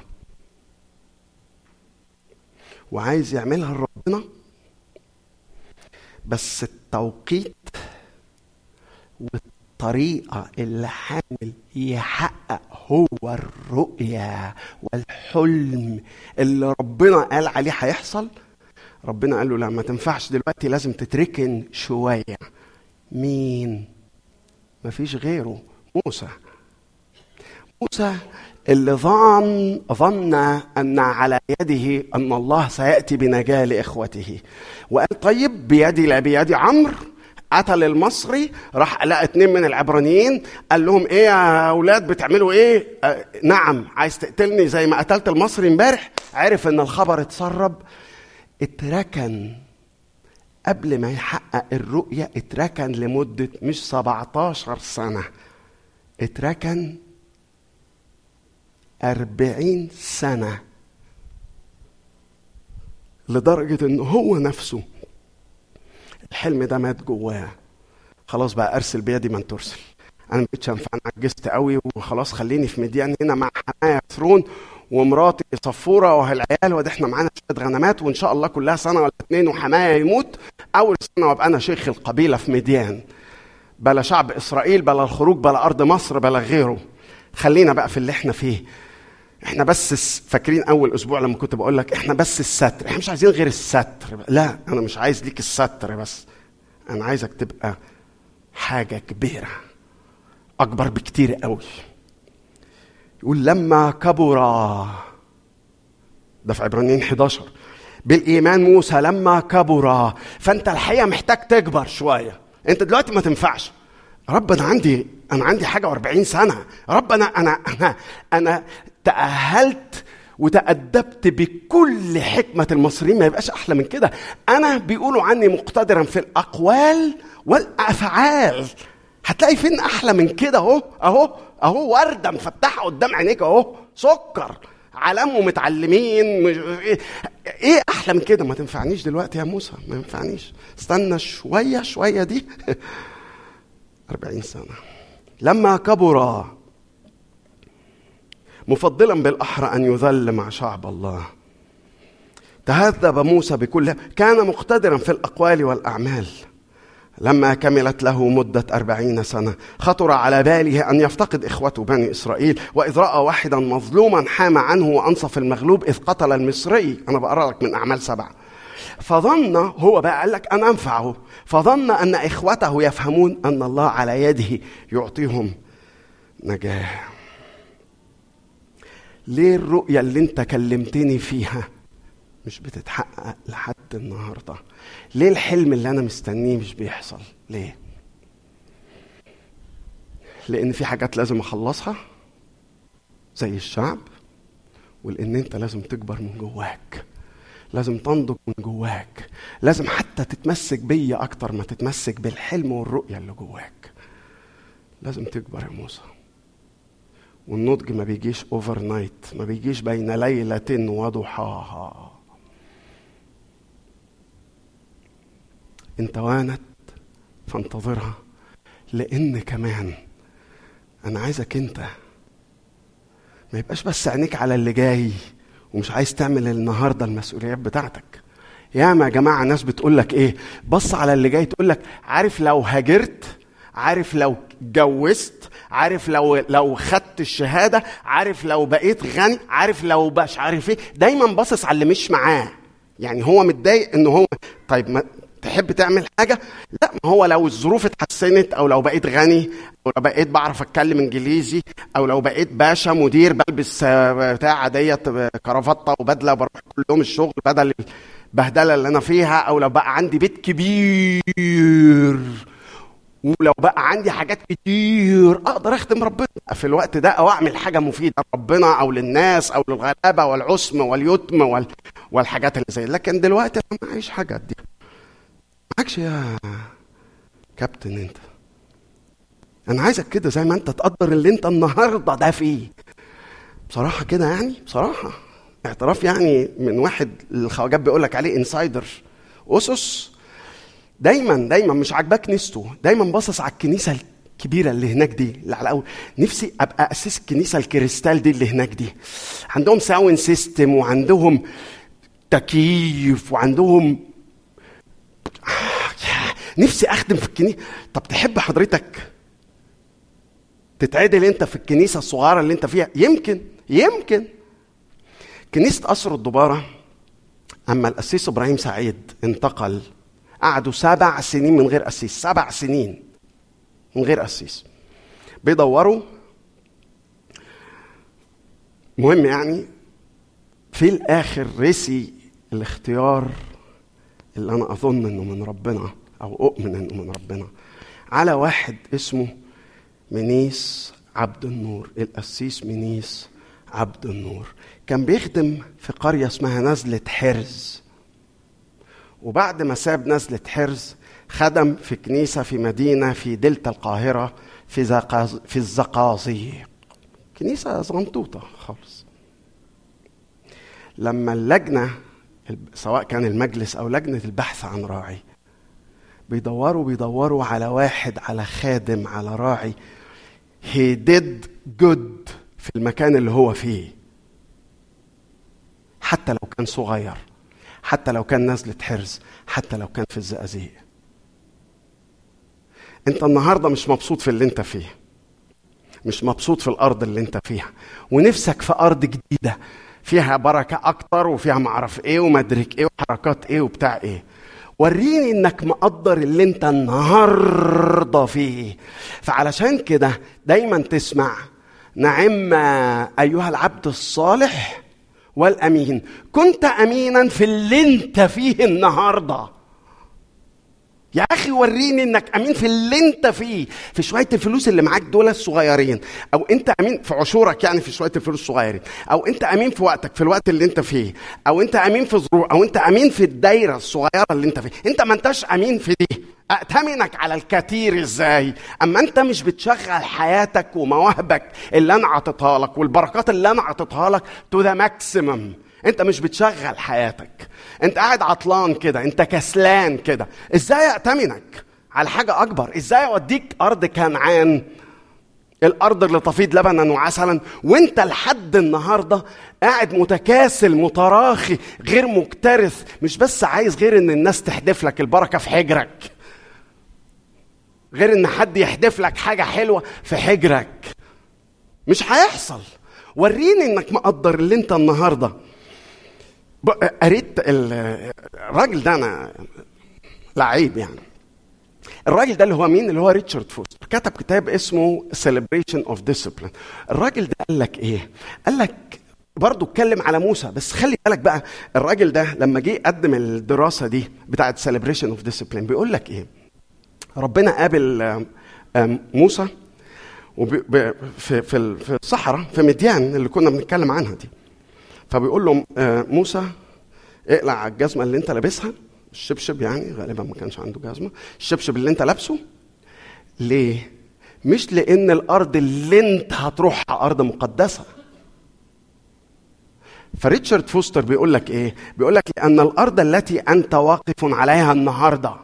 وعايز يعملها لربنا، بس التوقيت والطريقة اللي حامل يحقق هو الرؤية والحلم اللي ربنا قال عليه هيحصل. ربنا قال له لا، ما تنفعش دلوقتي، لازم تتركن شوية. مين؟ مفيش غيره، موسى. موسى اللي ظن ظن أن على يده أن الله سيأتي بنجاة لإخوته، وقال طيب بيدي لا بيدي عمرو. قتل المصري، راح لقى اتنين من العبرانيين، قال لهم ايه يا اولاد بتعملوا ايه؟ آه نعم، عايز تقتلني زي ما قتلت المصري امبارح. عرف ان الخبر اتسرب، اتركن قبل ما يحقق الرؤية، اتركن لمدة مش سبعتاشر سنة، اتركن أربعين سنة، لدرجة ان هو نفسه الحلم ده مات جواه. خلاص بقى، ارسل بيدي من ترسل، انا ما بقتش انفع، انا عجزت قوي وخلاص، خليني في مديان هنا مع حماية ثرون ومراتي صفوره وهالعيال، وده احنا معانا شويه غنمات، وان شاء الله كلها سنه ولا اتنين وحماية يموت اول سنه وابقى انا شيخ القبيله في مديان، بلا شعب اسرائيل، بلا الخروج، بلا ارض مصر، بلا غيره. خلينا بقى في اللي احنا فيه. احنا بس فاكرين اول اسبوع لما كنت بقول لك احنا بس الستر، احنا مش عايزين غير الستر. لا، انا مش عايز ليك الستر بس، انا عايزك تبقى حاجه كبيره اكبر بكتير قوي. يقول لما كبر، ده في عبرانيين حداشر، بالايمان موسى لما كبر. فانت الحقيقه محتاج تكبر شويه، انت دلوقتي ما تنفعش. رب انا عندي انا عندي حاجه واربعين سنه، رب انا انا انا انا تأهلت وتأدبت بكل حكمة المصريين، ما يبقاش أحلى من كده. أنا بيقولوا عني مقتدرا في الأقوال والأفعال، هتلاقي فين أحلى من كده؟ أهو أهو أهو وردة مفتحة قدام عينيك، أهو سكر، علام ومتعلمين، مش... إيه أحلى من كده؟ ما تنفعنيش دلوقتي يا موسى، ما ينفعنيش، استنى شوية شوية دي. أربعين سنة. لما كبر مفضلا بالأحرى أن يذل مع شعب الله، تهذب موسى بكل، كان مقتدرا في الأقوال والأعمال. لما كملت له مدة أربعين سنة خطر على باله أن يفتقد إخوته بني إسرائيل، وإذ رأى واحدا مظلوما حام عنه وأنصف المغلوب إذ قتل المصري. أنا بقرأ لك من أعمال سبعة. فظن، هو بقى قال لك أنا أنفعه، فظن أن إخوته يفهمون أن الله على يده يعطيهم نجاة. ليه الرؤية اللي انت كلمتني فيها مش بتتحقق لحد النهاردة؟ ليه الحلم اللي انا مستنيه مش بيحصل؟ ليه؟ لان في حاجات لازم اخلصها زي الشعب، ولان انت لازم تكبر من جواك، لازم تنضج من جواك، لازم حتى تتمسك بيا اكتر ما تتمسك بالحلم والرؤية اللي جواك. لازم تكبر يا موسى. والنضج ما بيجيش اوفر نايت، ما بيجيش بين ليلة وضحاها. انت وانت فانتظرها، لان كمان انا عايزك انت ما يبقاش بس عينيك على اللي جاي ومش عايز تعمل النهارده المسؤوليات بتاعتك. ياما يا جماعه ناس بتقول لك ايه، بص على اللي جاي، تقول لك عارف لو هاجرت، عارف لو اتجوزت، عارف لو لو خدت الشهاده، عارف لو بقيت غني، عارف لو باش عارف ايه. دايما باصص على اللي مش معاه. يعني هو متضايق ان هو طيب ما تحب تعمل حاجه، لا ما هو لو الظروف اتحسنت، او لو بقيت غني، او لو بقيت بعرف اتكلم انجليزي، او لو بقيت باشا مدير بلبس بتاع ديت كرافطه وبدله بروح كل يوم الشغل بدل البهدله اللي انا فيها، او لو بقى عندي بيت كبير، ولو بقى عندي حاجات كتير اقدر اخدم ربنا في الوقت ده، او اعمل حاجه مفيده لربنا او للناس او للغلابه والعصم واليتم وال... والحاجات اللي زي. لكن دلوقتي انا ما معيش حاجه دي. معكش يا كابتن انت. انا عايزك كده زي ما انت تقدر اللي انت النهارده ده فيه. بصراحه كده يعني، بصراحه اعتراف يعني من واحد الخواجات بيقول لك عليه انسايدر. اسس دايما دايما مش عاجباك كنيسته، دايما باصص على الكنيسه الكبيره اللي هناك دي اللي على الاول. نفسي ابقى اسس الكنيسه الكريستال دي اللي هناك دي. عندهم ساوند سيستم وعندهم تكييف وعندهم نفسي اخدم في الكنيسه. طب تحب حضرتك تتعدل انت في الكنيسه الصغيره اللي انت فيها؟ يمكن يمكن كنيسه قصر الدباره اما القسيس ابراهيم سعيد انتقل قعدوا سبع سنين من غير قسيس. سبع سنين من غير قسيس بيدوروا. مهم يعني في الاخر رسي الاختيار اللي انا اظن انه من ربنا او اؤمن انه من ربنا على واحد اسمه منيس عبد النور. القسيس منيس عبد النور كان بيخدم في قرية اسمها نزلة حرز، وبعد ما ساب نزلة حرز خدم في كنيسة في مدينة في دلتا القاهرة في زقاز في الزقازيق، كنيسة زنطوطة خالص. لما اللجنة سواء كان المجلس أو لجنة البحث عن راعي بيدوروا بيدوروا على واحد، على خادم، على راعي he did good في المكان اللي هو فيه، حتى لو كان صغير، حتى لو كان نزلة حرز، حتى لو كان في الزقازيق. انت النهاردة مش مبسوط في اللي انت فيه، مش مبسوط في الأرض اللي انت فيها، ونفسك في أرض جديدة فيها بركة أكتر وفيها معرف إيه ومدرك إيه وحركات إيه وبتاع إيه. وريني إنك مقدر اللي أنت النهاردة فيه. فعلشان كده دايما تسمع نعم أيها العبد الصالح والأمين، كنت أمينا في اللي أنت فيه النهاردة. يا أخي وريني إنك أمين في اللي أنت فيه، في شوية الفلوس اللي معاك دول الصغيرين، أو أنت أمين في عشورك يعني في شوية الفلوس الصغيرين، أو أنت أمين في وقتك في الوقت اللي أنت فيه، أو أنت أمين في ظروف، أو أنت أمين في الدايرة الصغيرة اللي أنت فيه. أنت ما أنتش أمين في دي، أأتمنك على الكثير إزاي؟ أما أنت مش بتشغل حياتك ومواهبك اللي أنا عطيتها لك والبركات اللي أنا عطيتها لك تو ذا ماكسيمم. انت مش بتشغل حياتك، انت قاعد عطلان كده، انت كسلان كده. ازاي اأتمنك على حاجة اكبر؟ ازاي اوديك ارض كنعان، الارض اللي تفيض لبنا وعسلا، وانت لحد النهاردة قاعد متكاسل متراخي غير مكترث، مش بس عايز غير ان الناس تحدف لك البركة في حجرك، غير ان حد يحدف لك حاجة حلوة في حجرك. مش هيحصل. وريني انك مقدر اللي انت النهارده. قريت الراجل ده، انا لعيب يعني. الراجل ده اللي هو مين؟ اللي هو ريتشارد فوستر، كتب كتاب اسمه Celebration of Discipline. الراجل ده قال لك ايه؟ قال لك برضه اتكلم على موسى، بس خلي بالك بقى الراجل ده لما جه قدم الدراسه دي بتاعه Celebration of Discipline بيقول لك ايه؟ ربنا قابل موسى وفي في في الصحراء في مديان اللي كنا بنتكلم عنها دي، فبيقول له موسى اقلع الجزمه اللي انت لابسها، الشبشب يعني غالبا ما كانش عنده جزمه، الشبشب اللي انت لابسه. ليه؟ مش لان الارض اللي انت هتروحها ارض مقدسه. فريتشارد فوستر بيقول لك ايه؟ بيقول لك لان الارض التي انت واقف عليها النهارده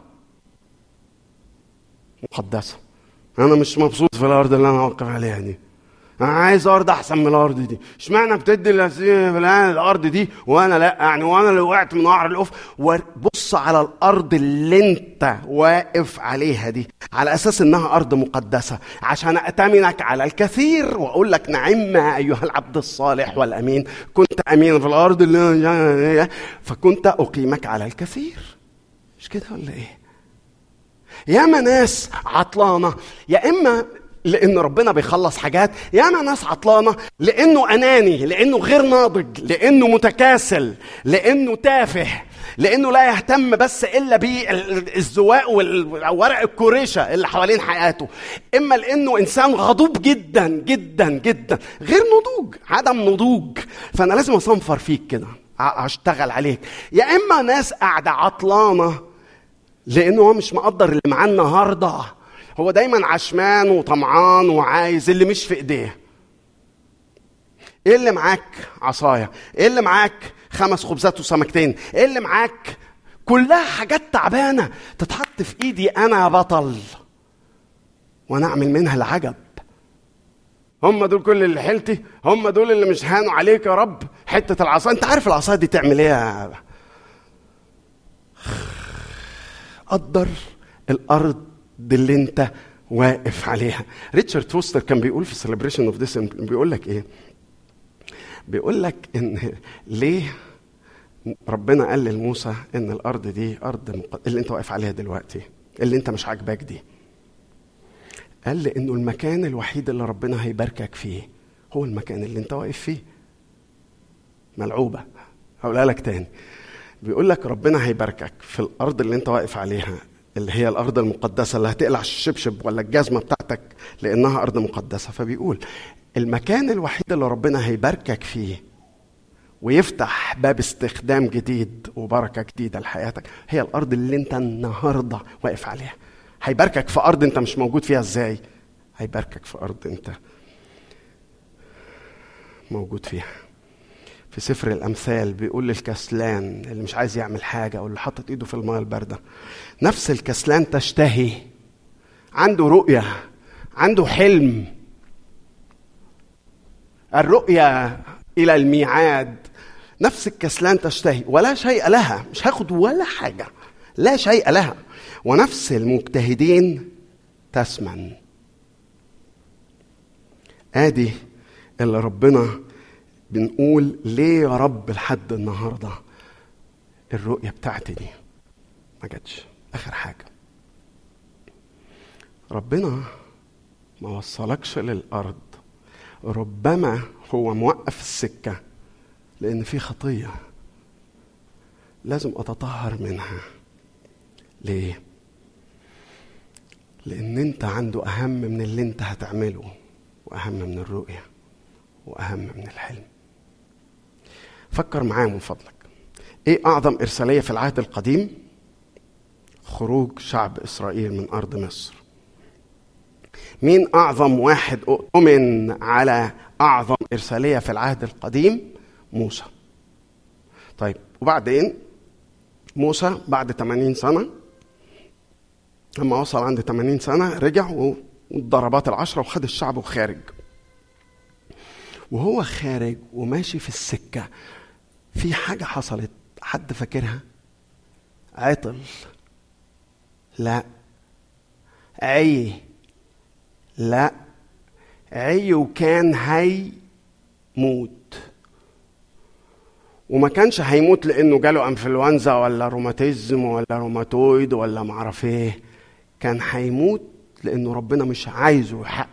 مقدسه. انا مش مبسوط في الارض اللي انا واقف عليها دي، انا عايز ارض احسن من الارض دي. اشمعنى بتدي الارض دي وانا لا؟ يعني وانا اللي وقعت من نهر الأف. وبص على الارض اللي انت واقف عليها دي على اساس انها ارض مقدسه، عشان اتمنك على الكثير واقول لك نعم ايها العبد الصالح والامين، كنت امين في الارض اللي فكنت اقيمك على الكثير. مش كده ولا ايه؟ ياما ناس عطلانه، يا اما لأن ربنا بيخلص حاجات، ياما ناس عطلانة لأنه أناني، لأنه غير ناضج، لأنه متكاسل، لأنه تافه، لأنه لا يهتم بس إلا بالزواق والورق الكوريشة اللي حوالين حياته، إما لأنه إنسان غضوب جدا جدا جدا، غير نضوج، عدم نضوج. فأنا لازم أصنفر فيك كده، أشتغل عليك. يا إما ناس قاعدة عطلانة لأنه هو مش مقدر اللي معاه النهارده، هو دايما عشمان وطمعان وعايز اللي مش في ايديه. ايه اللي معاك؟ عصايه. ايه اللي معاك؟ خمس خبزات وسمكتين. ايه اللي معاك؟ كلها حاجات تعبانه تتحط في ايدي انا بطل وانا اعمل منها العجب. هم دول كل اللي حيلتي؟ هم دول اللي مش هانوا عليك يا رب؟ حته العصايه، انت عارف العصايه دي تعمل ايه؟ قدر الارض دي اللي انت واقف عليها. ريتشارد فوستر كان بيقول في سيلبريشن اوف ديس، بيقول لك ايه؟ بيقول لك ان ليه ربنا قال لموسى ان الارض دي ارض مقد... اللي انت واقف عليها دلوقتي، اللي انت مش عاجباك دي، قال لانه المكان الوحيد اللي ربنا هيباركك فيه هو المكان اللي انت واقف فيه. ملعوبه. هقولها لك تاني. بيقول لك ربنا هيباركك في الارض اللي انت واقف عليها، اللي هي الأرض المقدسة اللي هتقلع الشبشب ولا الجزمة بتاعتك لأنها أرض مقدسة. فبيقول المكان الوحيد اللي ربنا هيباركك فيه ويفتح باب استخدام جديد وبركة جديدة لحياتك هي الأرض اللي انت النهاردة واقف عليها. هيباركك في أرض انت مش موجود فيها. ازاي؟ هيباركك في أرض انت موجود فيها. في سفر الأمثال بيقول للكسلان اللي مش عايز يعمل حاجة أو اللي حطت إيده في الماء الباردة، نفس الكسلان تشتهي، عنده رؤية، عنده حلم، الرؤية إلى الميعاد. نفس الكسلان تشتهي ولا شيء لها، مش هاخد ولا حاجة، لا شيء لها. ونفس المجتهدين تسمن. آدي اللي ربنا بنقول ليه يا رب لحد النهاردة الرؤية بتاعتي دي ما جاتش. آخر حاجة، ربنا ما وصلكش للأرض، ربما هو موقف السكة لأن في خطية لازم أتطهر منها. ليه؟ لأن أنت عنده أهم من اللي أنت هتعمله، وأهم من الرؤية، وأهم من الحلم. فكر معايا من فضلك، ايه اعظم ارسالية في العهد القديم؟ خروج شعب اسرائيل من ارض مصر. مين اعظم واحد اؤمن على اعظم ارسالية في العهد القديم؟ موسى. طيب وبعدين موسى بعد ثمانين سنة لما وصل عند ثمانين سنة رجع والضربات العشرة وخد الشعب وخارج. وهو خارج وماشي في السكة في حاجة حصلت، حد فاكرها؟ عطل؟ لا. عي؟ لا. عي وكان هيموت، وما كانش هيموت لأنه جاله انفلونزا ولا روماتيزم ولا روماتويد ولا معرف ايه، كان هيموت لأنه ربنا مش عايزه يحقق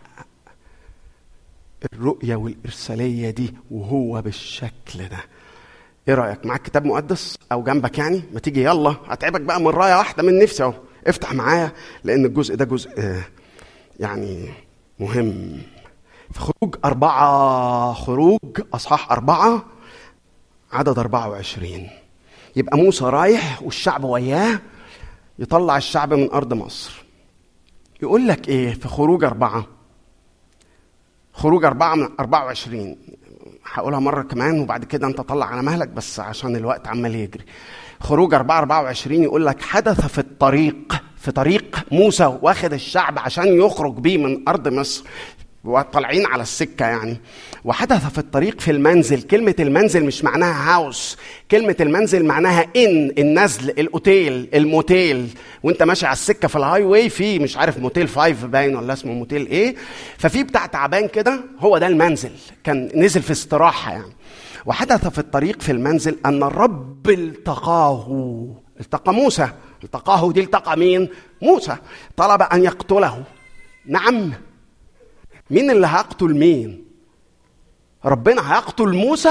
الرؤية والإرسالية دي وهو بالشكل ده. ايه رأيك؟ معاك كتاب مقدس او جنبك؟ يعني ما تيجي يلا هتعبك بقى من راية واحدة من نفسي اهو، افتح معايا لان الجزء ده جزء يعني مهم. في خروج أربعة، خروج أصحاح أربعة عدد أربعة وعشرين. يبقى موسى رايح والشعب وياه يطلع الشعب من أرض مصر. يقول لك ايه في خروج أربعة؟ خروج أربعة من أربعة وعشرين، هقولها مرة كمان وبعد كده انت طلع على مهلك بس عشان الوقت عمال يجري. خروج أربعة أربعة وعشرين يقول لك حدث في الطريق، في طريق موسى واخد الشعب عشان يخرج بيه من أرض مصر، وطالعين على السكة يعني. وحدث في الطريق في المنزل. كلمة المنزل مش معناها هاوس، كلمة المنزل معناها إن النزل، الأوتيل، الموتيل. وانت ماشي على السكة في الهاي واي في مش عارف موتيل فايف باين ولا اسمه موتيل ايه، ففي بتاع تعبان كده، هو ده المنزل. كان نزل في استراحة يعني. وحدث في الطريق في المنزل أن الرب التقاه. التقى موسى. التقاه دي التقى مين؟ موسى. طلب أن يقتله. نعم، مين اللي هيقتل مين؟ ربنا هيقتل موسى؟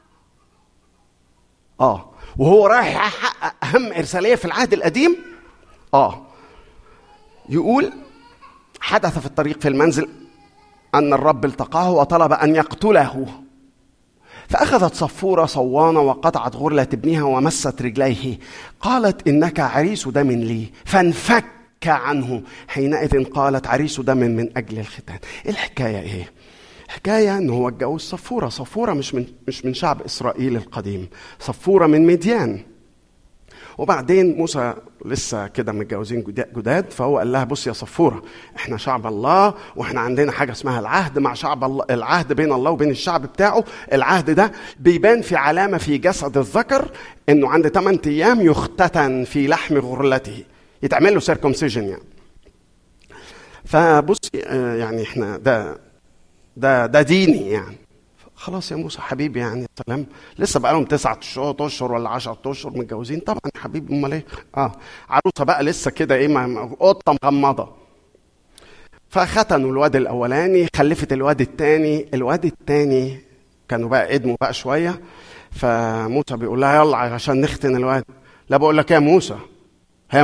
اه وهو رايح يحقق اهم ارساليه في العهد القديم. اه يقول حدث في الطريق في المنزل ان الرب التقاه وطلب ان يقتله، فاخذت صفوره صوانه وقطعت غرله ابنها ومست رجليه، قالت انك عريس دم لي، فانفك عنه. حينئذ قالت عريس دم من اجل الختان. الحكايه ايه؟ حكايه ان هو اتجوز صفوره. صفوره مش من مش من شعب اسرائيل القديم، صفوره من مديان. وبعدين موسى لسه كده متجوزين جداد، فهو قال لها بص يا صفوره، احنا شعب الله واحنا عندنا حاجه اسمها العهد مع شعب الله، العهد بين الله وبين الشعب بتاعه. العهد ده بيبان في علامه في جسد الذكر، انه عند ثمانية ايام يختتن في لحم غرلته، يتعمل له سيركمسيجن يعني. فبصي يعني احنا ده ده ده ديني يعني. خلاص يا موسى حبيبي يعني سلام، لسه بقى لهم تسعة اشهر ولا عشرة اشهر متجوزين طبعا يا حبيبي، امال ايه؟ اه عروسه بقى لسه كده ايه، قطه مغمضه. فختنوا الواد الاولاني، خلفت الواد الثاني. الواد الثاني كانوا بقى قدموا بقى شويه، فموسى بيقول لها يلا عشان نختن الواد. لا بقول لك يا موسى، هي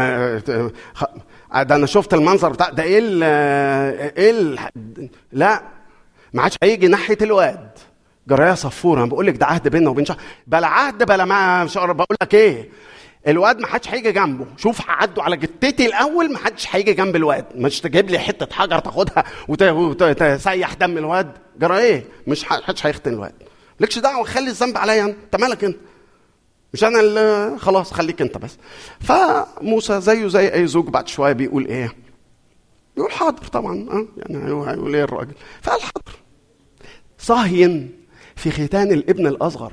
ده انا شفت المنظر بتاع ده ايه ال ايه ال لا ما عادش هيجي ناحيه الواد. جرايه صفوره، بقول لك ده عهد بيننا وبين شعب، بلا عهد بلا ما مش بقول لك ايه، الواد ما حدش هيجي جنبه. شوف هعدوا على جتتي الاول، ما حدش هيجي جنب الواد، مش تجيب لي حته حجر تاخدها وتسيح دم الواد. جرايه مش حدش هيختن الواد، لكش دعوه، خلي الذنب عليا انت، مالك انت، مش انا اللي خلاص، خليك انت بس. فموسى زيه زي اي زوج بعد شويه بيقول ايه؟ بيقول حاضر طبعا. اه يعني هيقول ايه الراجل؟ فقال حاضر. صهين في ختان الابن الاصغر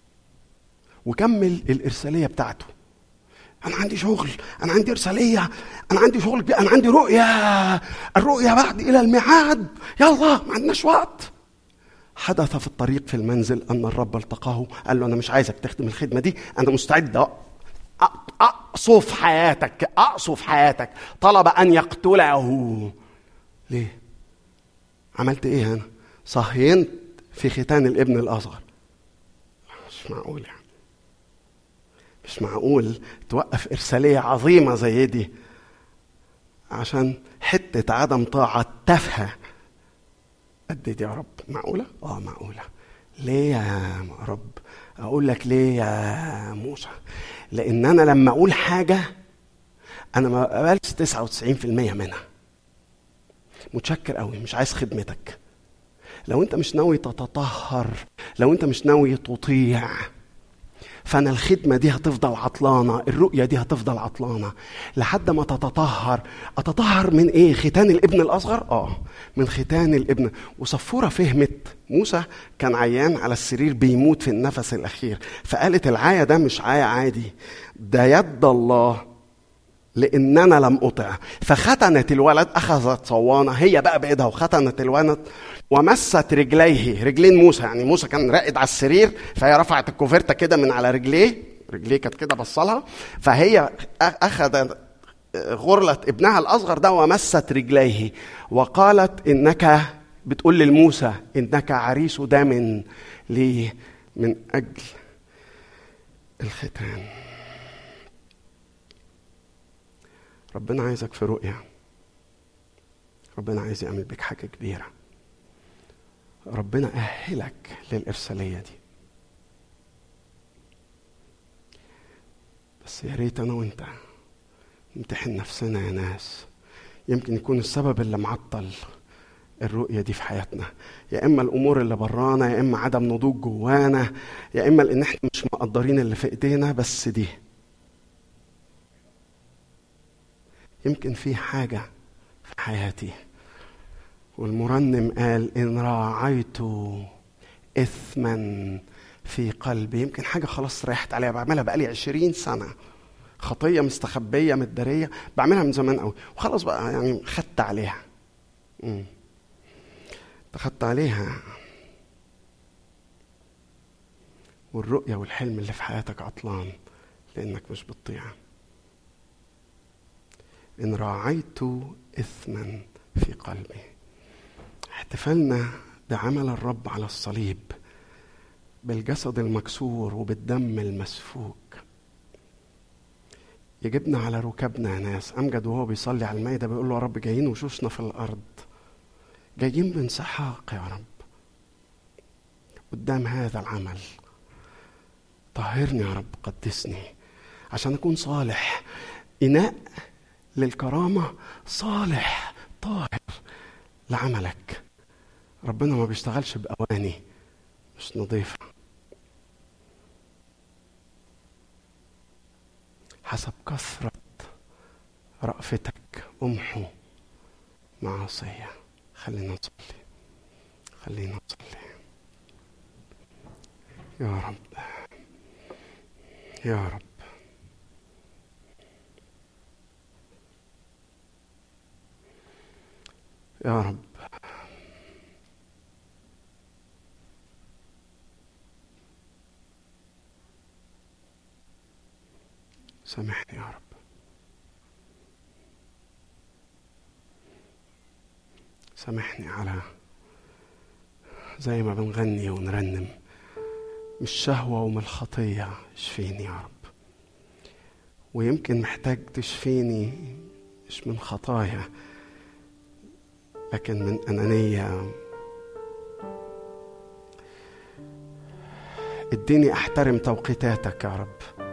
وكمل الارساليه بتاعته. انا عندي شغل، انا عندي ارساليه، انا عندي شغل، انا عندي رؤيه، الرؤيه بعد الى الميعاد، يلا ما عندناش وقت. حدث في الطريق في المنزل أن الرب التقاه، قال له أنا مش عايزك تخدم الخدمة دي، أنا مستعد أقصف حياتك، أقصف حياتك. طلب أن يقتله. ليه؟ عملت إيه هنا؟ صهينت في ختان الابن الأصغر. مش معقول يعني، مش معقول توقف إرسالية عظيمة زي دي عشان حتة عدم طاعة تافهة قد دي يا رب. معقولة؟ آه معقولة. ليه يا رب؟ أقول لك ليه يا موسى؟ لأن أنا لما أقول حاجة أنا ما بقبلش تسعة وتسعين في المية منها. متشكر قوي، مش عايز خدمتك. لو أنت مش ناوي تتطهر، لو أنت مش ناوي تطيع، فأنا الخدمة دي هتفضل عطلانة، الرؤية دي هتفضل عطلانة لحد ما تتطهر. أتطهر من إيه؟ ختان الابن الأصغر؟ آه من ختان الابن. وصفورة فهمت موسى كان عيان على السرير بيموت في النفس الأخير، فقالت العاية ده مش عاية عادي، ده يد الله لأن أنا لم أطع. فختنت الولد، أخذت صوانة هي بقى بإيدها وختنت الولد ومست رجليه، رجلين موسى. يعني موسى كان راقد على السرير، فهي رفعت الكوفرتة كده من على رجليه، رجليه كانت كده بصلها، فهي أخذت غرلة ابنها الأصغر ده ومست رجليه وقالت إنك، بتقول للموسى إنك عريس دم لي من أجل الختان. ربنا عايزك في رؤية، ربنا عايز يعمل بك حاجة كبيرة، ربنا أهلك للإرسالية دي. بس يا ريت أنا وإنت نمتحن نفسنا يا ناس. يمكن يكون السبب اللي معطل الرؤية دي في حياتنا يا إما الأمور اللي برانا، يا إما عدم نضوج جوانا، يا إما لأن إحنا مش مقدرين اللي في إيدينا. بس دي يمكن في حاجة في حياتي والمرنم قال إن راعيت إثما في قلبي، يمكن حاجة خلاص ريحت عليها بعملها بقالي عشرين سنة، خطية مستخبية متدارية بعملها من زمان قوي وخلاص بقى يعني خدت عليها. امم خدت عليها، والرؤية والحلم اللي في حياتك عطلان لأنك مش بتطيع. إن راعيت إثما في قلبي. احتفلنا بعمل الرب على الصليب بالجسد المكسور وبالدم المسفوك، يجبنا على ركبنا. ناس أمجد وهو بيصلي على المائدة بيقول له يا رب جايين وشوشنا في الأرض، جايين بانسحاق يا رب قدام هذا العمل. طهرني يا رب، قدسني عشان أكون صالح، إناء للكرامة، صالح طاهر لعملك. ربنا ما بيشتغلش بأواني مش نظيفة. حسب كثرة رأفتك أمحو معاصية. خلينا نصلي، خلينا نصلي. يا رب يا رب يا رب، سامحني يا رب، سامحني على زي ما بنغني ونرنم مش شهوة ومن الخطية. اشفيني يا رب، ويمكن محتاج تشفيني مش من خطايا لكن من أنانية. اديني احترم توقيتاتك يا رب،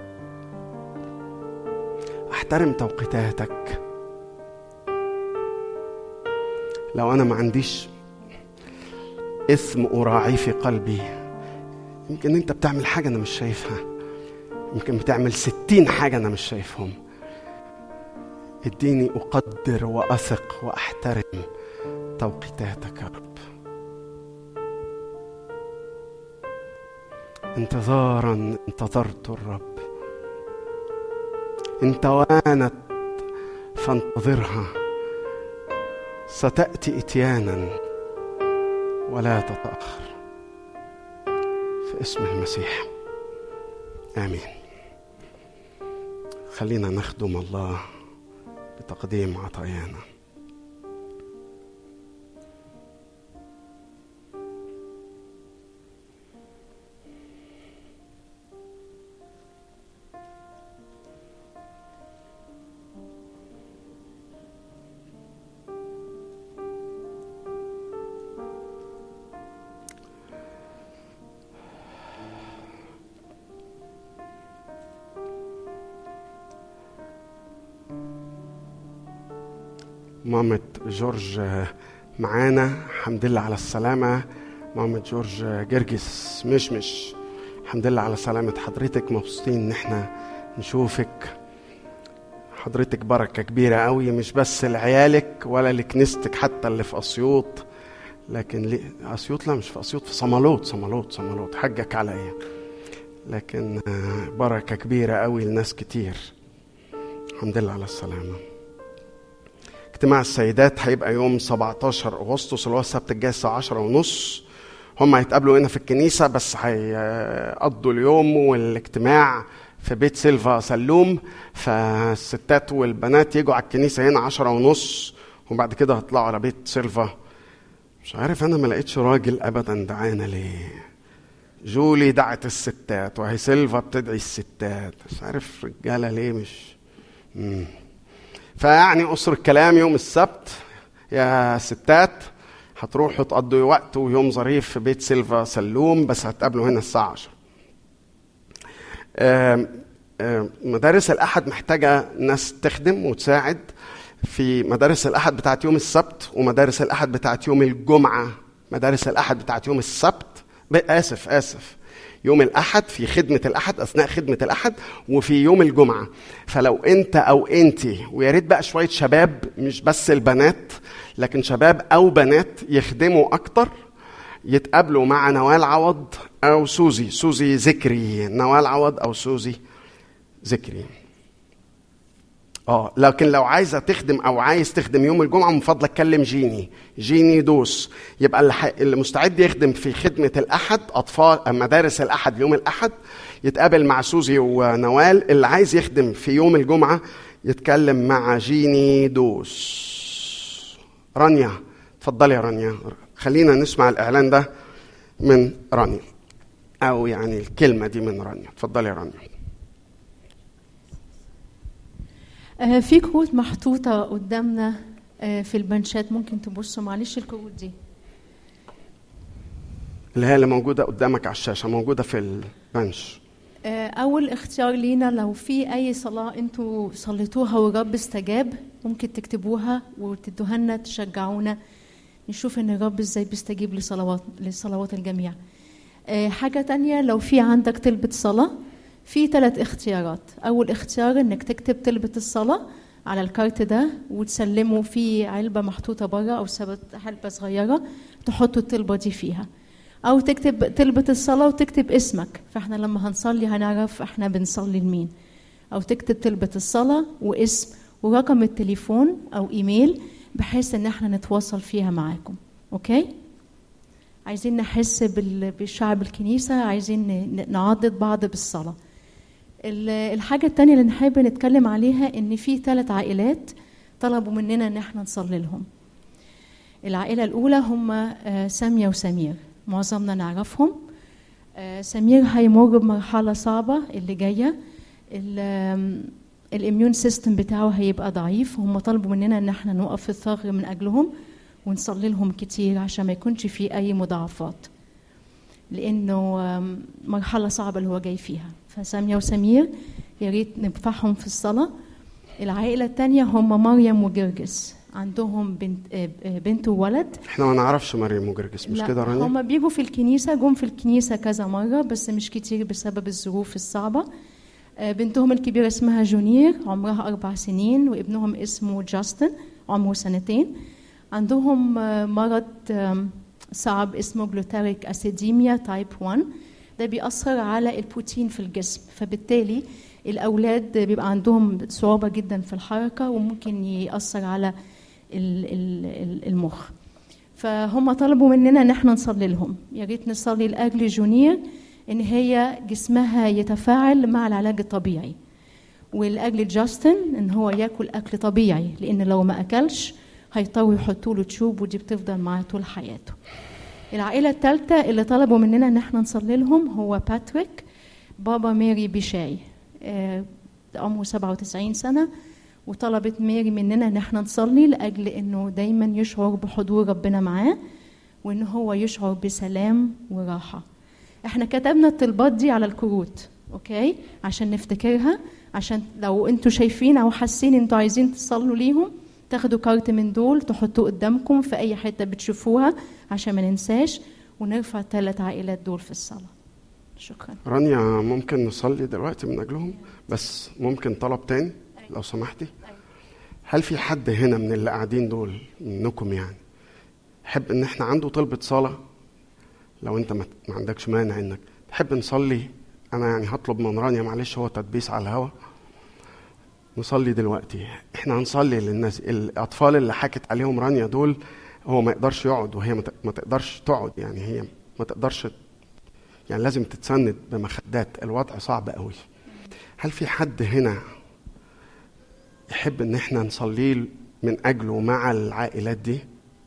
احترم توقيتاتك. لو انا ما عنديش اسم اراعي في قلبي، يمكن انت بتعمل حاجة انا مش شايفها، يمكن بتعمل ستين حاجة انا مش شايفهم. اديني اقدر واثق واحترم توقيتاتك يا رب. انتظارا انتظرت الرب، ان توانت فانتظرها، ستأتي اتيانا ولا تتأخر. في اسم المسيح آمين. خلينا نخدم الله بتقديم عطايانا. مامة جورج معانا، الحمد لله على السلامة. مامة جورج جرجس مشمش، الحمد لله على سلامة حضرتك. مبسوطين ان احنا نشوفك. حضرتك بركة كبيرة قوي، مش بس لعيالك ولا لكنيستك حتى اللي في أسيوط، لكن لي... أسيوط لا مش في أسيوط، في صمالوت صمالوت صمالوت حجك عليا. لكن بركة كبيرة قوي لناس كتير. الحمد لله على السلامة. اجتماع السيدات هيبقى يوم سبعتاشر أغسطس اللي هو السبت الجاي الساعة عشرة ونص. هم هيتقابلوا هنا في الكنيسة، بس هيقضوا اليوم والاجتماع في بيت سيلفا سلوم. فالستات والبنات يجوا على الكنيسة هنا عشرة ونص، وبعد كده هطلعوا على بيت سيلفا. مش عارف أنا ما لقيتش راجل أبدا دعانا ليه. جولي دعت الستات وهي سيلفا بتدعي الستات، مش عارف رجالة ليه مش مم. فيعني قصر الكلام يوم السبت يا ستات هتروحوا تقضوا وقت ويوم ظريف في بيت سيلفا سلوم، بس هتقابلوا هنا الساعة عشرة. مدارس الأحد محتاجة ناس تخدم وتساعد في مدارس الأحد بتاعت يوم السبت ومدارس الأحد بتاعت يوم الجمعة. مدارس الأحد بتاعت يوم السبت آسف آسف يوم الأحد في خدمة الأحد، أثناء خدمة الأحد، وفي يوم الجمعة. فلو أنت أو أنتي، ويا ريت بقى شوية شباب مش بس البنات، لكن شباب أو بنات يخدموا أكتر، يتقابلوا مع نوال عوض أو سوزي سوزي ذكري، نوال عوض أو سوزي ذكري. اه لكن لو عايزه تخدم او عايز تخدم يوم الجمعه، من فضلك كلم جيني جيني دوس. يبقى اللي, ح... اللي مستعد يخدم في خدمه الاحد، اطفال مدارس الاحد يوم الاحد، يتقابل مع سوزي ونوال. اللي عايز يخدم في يوم الجمعه يتكلم مع جيني دوس. رانيا اتفضلي يا رانيا، خلينا نسمع الاعلان ده من رانيا، او يعني الكلمه دي من رانيا. اتفضلي يا رانيا. في كروت محطوطة قدامنا في البنشات، ممكن تبصوا. معلش الكروت دي اللي هي اللي موجودة قدامك على الشاشة، موجودة في البنش. أول اختيار لينا لو في أي صلاة أنتوا صليتوها والرب استجاب، ممكن تكتبوها وتدوها لنا تشجعونا نشوف إن الرب إزاي بيستجيب لصلوات لصلوات الجميع. حاجة تانية، لو في عندك طلبة صلاة، في ثلاث اختيارات. أول اختيار إنك تكتب طلبة الصلاة على الكارت ده وتسلمه في علبة محطوطة برا أو سبت علبة صغيرة تحطوا الطلبة دي فيها، أو تكتب طلبة الصلاة وتكتب اسمك، فإحنا لما هنصلي هنعرف إحنا بنصلي لمين. أو تكتب طلبة الصلاة واسم ورقم التليفون أو إيميل بحيث إن إحنا نتواصل فيها معاكم. أوكي؟ عايزين نحس بالشعب الكنيسة، عايزين نعضد بعض بالصلاة. الحاجة التانية اللي نحب نتكلم عليها إن في ثلاث عائلات طلبوا مننا إن احنا نصلي لهم. العائلة الأولى هم سامية وسمير، معظمنا نعرفهم. سمير هيمر بمرحلة صعبة اللي جاية، الاميون سيستم بتاعه هيبقى ضعيف، وهم طلبوا مننا إن احنا نوقف في الثغر من أجلهم ونصلي لهم كتير عشان ما يكونش في أي مضاعفات، لأنه مرحلة صعبة اللي هو جاي فيها. فسامية وسمير يا ريت نرفعهم في الصلاة. العائلة الثانية هم مريم وجرجس، عندهم بنت بنت وولد. احنا ما نعرفش مريم وجرجس، مش كده رانيا؟ هم بيجوا في الكنيسة، جم في الكنيسة كذا مرة بس مش كتير بسبب الظروف الصعبة. بنتهم الكبيرة اسمها جونير، عمرها أربع سنين، وابنهم اسمه جاستن عمره سنتين. عندهم مرض صعب اسمه جلوتاريك أسيديميا تايب واحد، ده بيأثر على البروتين في الجسم، فبالتالي الأولاد بيبقى عندهم صعوبة جدا في الحركة وممكن يأثر على المخ. فهم طلبوا مننا ان احنا نصلي لهم. يا ريت نصلي لأجل جونير ان هي جسمها يتفاعل مع العلاج الطبيعي، ولأجل جاستن ان هو ياكل أكل طبيعي، لأن لو ما أكلش هيضطروا يحطوا له تشوب ودي بتفضل معاه طول حياته. العائلة الثالثة اللي طلبوا مننا ان احنا نصلي لهم هو باتريك، بابا ماري بيشاي، عمره سبعة وتسعين سنة، وطلبت ماري مننا ان احنا نصلي لأجل انه دايما يشعر بحضور ربنا معاه وان هو يشعر بسلام وراحة. احنا كتبنا الطلبات دي على الكروت، اوكي، عشان نفتكرها، عشان لو انتوا شايفين او حاسين انتوا عايزين تصلوا ليهم تاخدوا كارت من دول تحطوه قدامكم في اي حتة بتشوفوها عشان ما ننساش، ونرفع الثلاث عائلات دول في الصلاة. شكرا. رانيا ممكن نصلي دلوقتي من أجلهم، بس ممكن طلب تاني لو سمحتي. هل في حد هنا من اللي قاعدين دول منكم يعني يحب ان احنا عنده طلبة صلاة؟ لو انت ما عندكش مانع انك تحب نصلي، انا يعني هطلب من رانيا، معلش هو تدبيس على الهوا، نصلي دلوقتي. احنا هنصلي للناس الاطفال اللي حكت عليهم رانيا دول، هو ما يقدرش يقعد وهي ما تقدرش تقعد، يعني هي ما تقدرش، يعني لازم تتسند بمخدات، الوضع صعب قوي. هل في حد هنا يحب ان احنا نصلي من اجله مع العائلات دي؟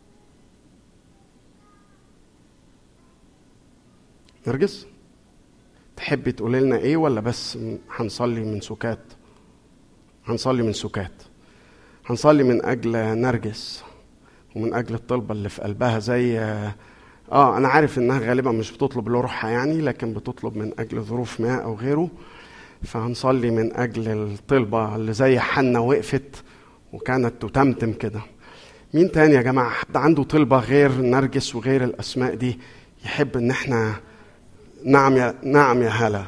نرجس تحبي تقولي لنا ايه، ولا بس هنصلي من سكات؟ هنصلي من سكات. هنصلي من اجل نرجس ومن اجل الطلبة اللي في قلبها، زي اه انا عارف انها غالبا مش بتطلب لروحها يعني، لكن بتطلب من اجل ظروف ما او غيره. فهنصلي من اجل الطلبة اللي زي حنة وقفت وكانت تتمتم كده. مين تاني يا جماعة حد عنده طلبة غير نرجس وغير الاسماء دي يحب ان احنا نعم يا نعم يا هلا.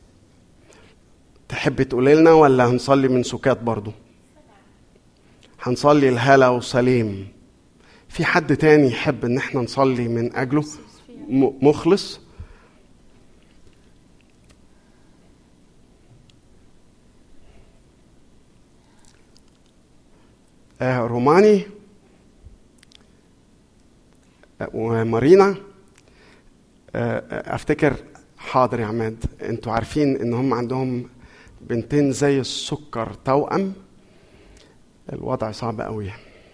تحب تقولي لنا ولا هنصلي من سكات برضو؟ هنصلي الهلا وسليم. في حد تاني يحب ان احنا نصلي من اجله؟ مخلص. آه روماني آه ومارينا. آه افتكر حاضر يا عماد. انتوا عارفين ان هم عندهم بنتين زي السكر توأم. الوضع صعب قوي.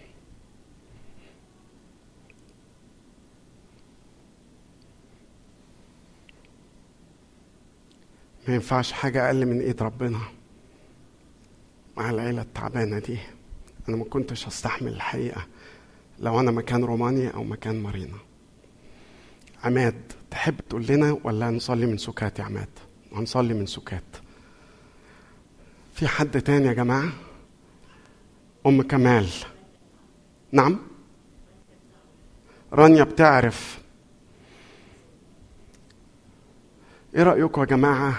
ما ينفعش حاجة أقل من إيد ربنا مع العيلة التعبانة دي. أنا ما كنتش هستحمل الحقيقة لو أنا مكان روماني أو مكان مارينا. عماد تحب تقول لنا ولا نصلي من سكات يا عماد؟ هنصلي من سكات. في حد تاني يا جماعة؟ أم كمال. نعم رانيا بتعرف. إيه رأيكم يا جماعة؟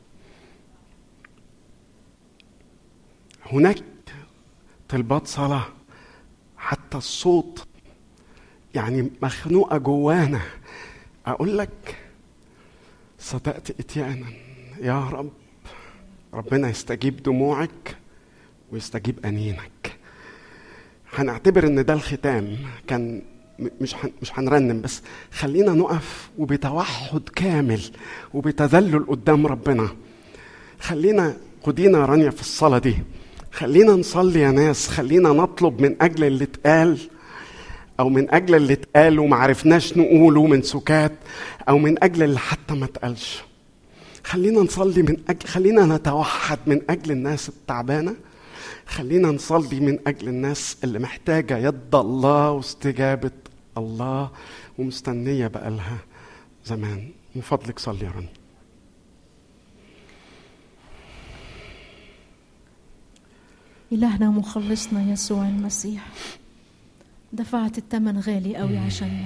هناك طلبات صلاة حتى الصوت يعني مخنوقة جوانا. أقول لك صدقت إتيانا يا رب. ربنا يستجيب دموعك ويستجيب أنينك. هنعتبر إن ده الختام. كان مش مش هنرنم بس خلينا نقف وبتوحد كامل وبتذلل قدام ربنا. خلينا قدينا رانيا في الصلاة دي. خلينا نصلي يا ناس. خلينا نطلب من أجل اللي اتقال أو من أجل اللي اتقال وما عرفناش نقوله من سكات أو من أجل اللي حتى ما اتقالش. خلينا نصلي من أجل. خلينا نتوحد من أجل الناس التعبانة. خلينا نصلي من أجل الناس اللي محتاجة يد الله واستجابة الله ومستنية بقالها زمان. من فضلك صلي يا رن. إلهنا ومخلصنا يسوع المسيح، دفعت الثمن غالي قوي عشاننا.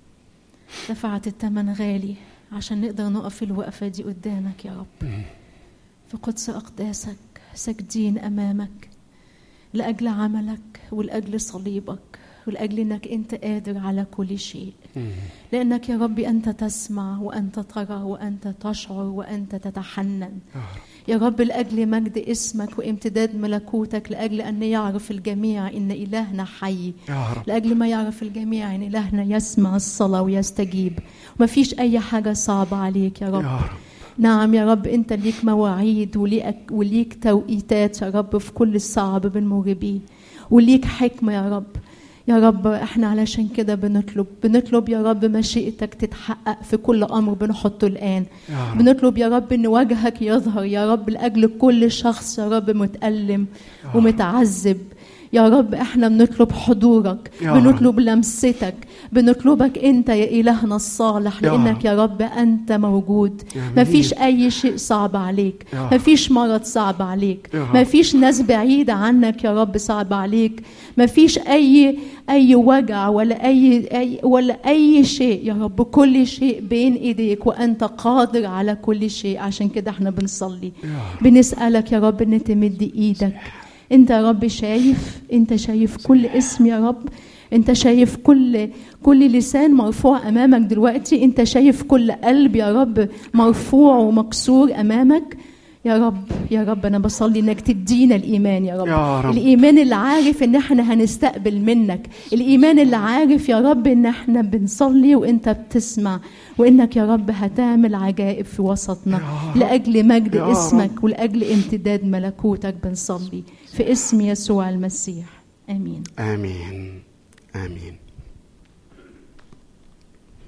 دفعت الثمن غالي عشان نقدر نقف الوقفة دي قدامك يا رب في قدس أقداسك، ساجدين أمامك لأجل عملك ولأجل صليبك ولأجل أنك أنت قادر على كل شيء. لأنك يا ربي أنت تسمع وأنت ترى وأنت تشعر وأنت تتحنن يا رب، لأجل مجد اسمك وامتداد ملكوتك، لأجل أن يعرف الجميع إن إلهنا حي، لأجل ما يعرف الجميع إن إلهنا يسمع الصلاة ويستجيب. وما فيش أي حاجة صعبة عليك يا رب, يا رب. نعم يا رب، أنت ليك مواعيد وليك, وليك توقيتات يا رب في كل الصعب بنمر بيه، وليك حكمة يا رب. يا رب احنا علشان كده بنطلب بنطلب يا رب مشيئتك تتحقق في كل أمر بنحطه الآن. بنطلب يا رب ان وجهك يظهر يا رب لأجل كل شخص يا رب متألم ومتعذب. يا رب احنا بنطلب حضورك، بنطلب لمستك، بنطلبك انت يا إلهنا الصالح، لانك يا رب انت موجود. ما فيش اي شيء صعب عليك، ما فيش مرض صعب عليك، ما فيش ناس بعيدة عنك يا رب صعب عليك، ما فيش اي اي وجع ولا اي, أي ولا اي شيء يا رب. كل شيء بين ايديك وانت قادر على كل شيء. عشان كده احنا بنصلي بنسألك يا رب ان تمد ايدك. انت يا رب شايف، انت شايف كل اسم يا رب، انت شايف كل كل لسان مرفوع امامك دلوقتي، انت شايف كل قلب يا رب مرفوع ومكسور امامك يا رب. يا رب انا بصلي انك تدينا الايمان يا رب. يا رب الايمان اللي عارف ان احنا هنستقبل منك، الايمان اللي عارف يا رب ان احنا بنصلي وانت بتسمع، وانك يا رب هتعمل عجائب في وسطنا لاجل مجد اسمك ولاجل امتداد ملكوتك. بنصلي في اسم يسوع المسيح، امين امين امين.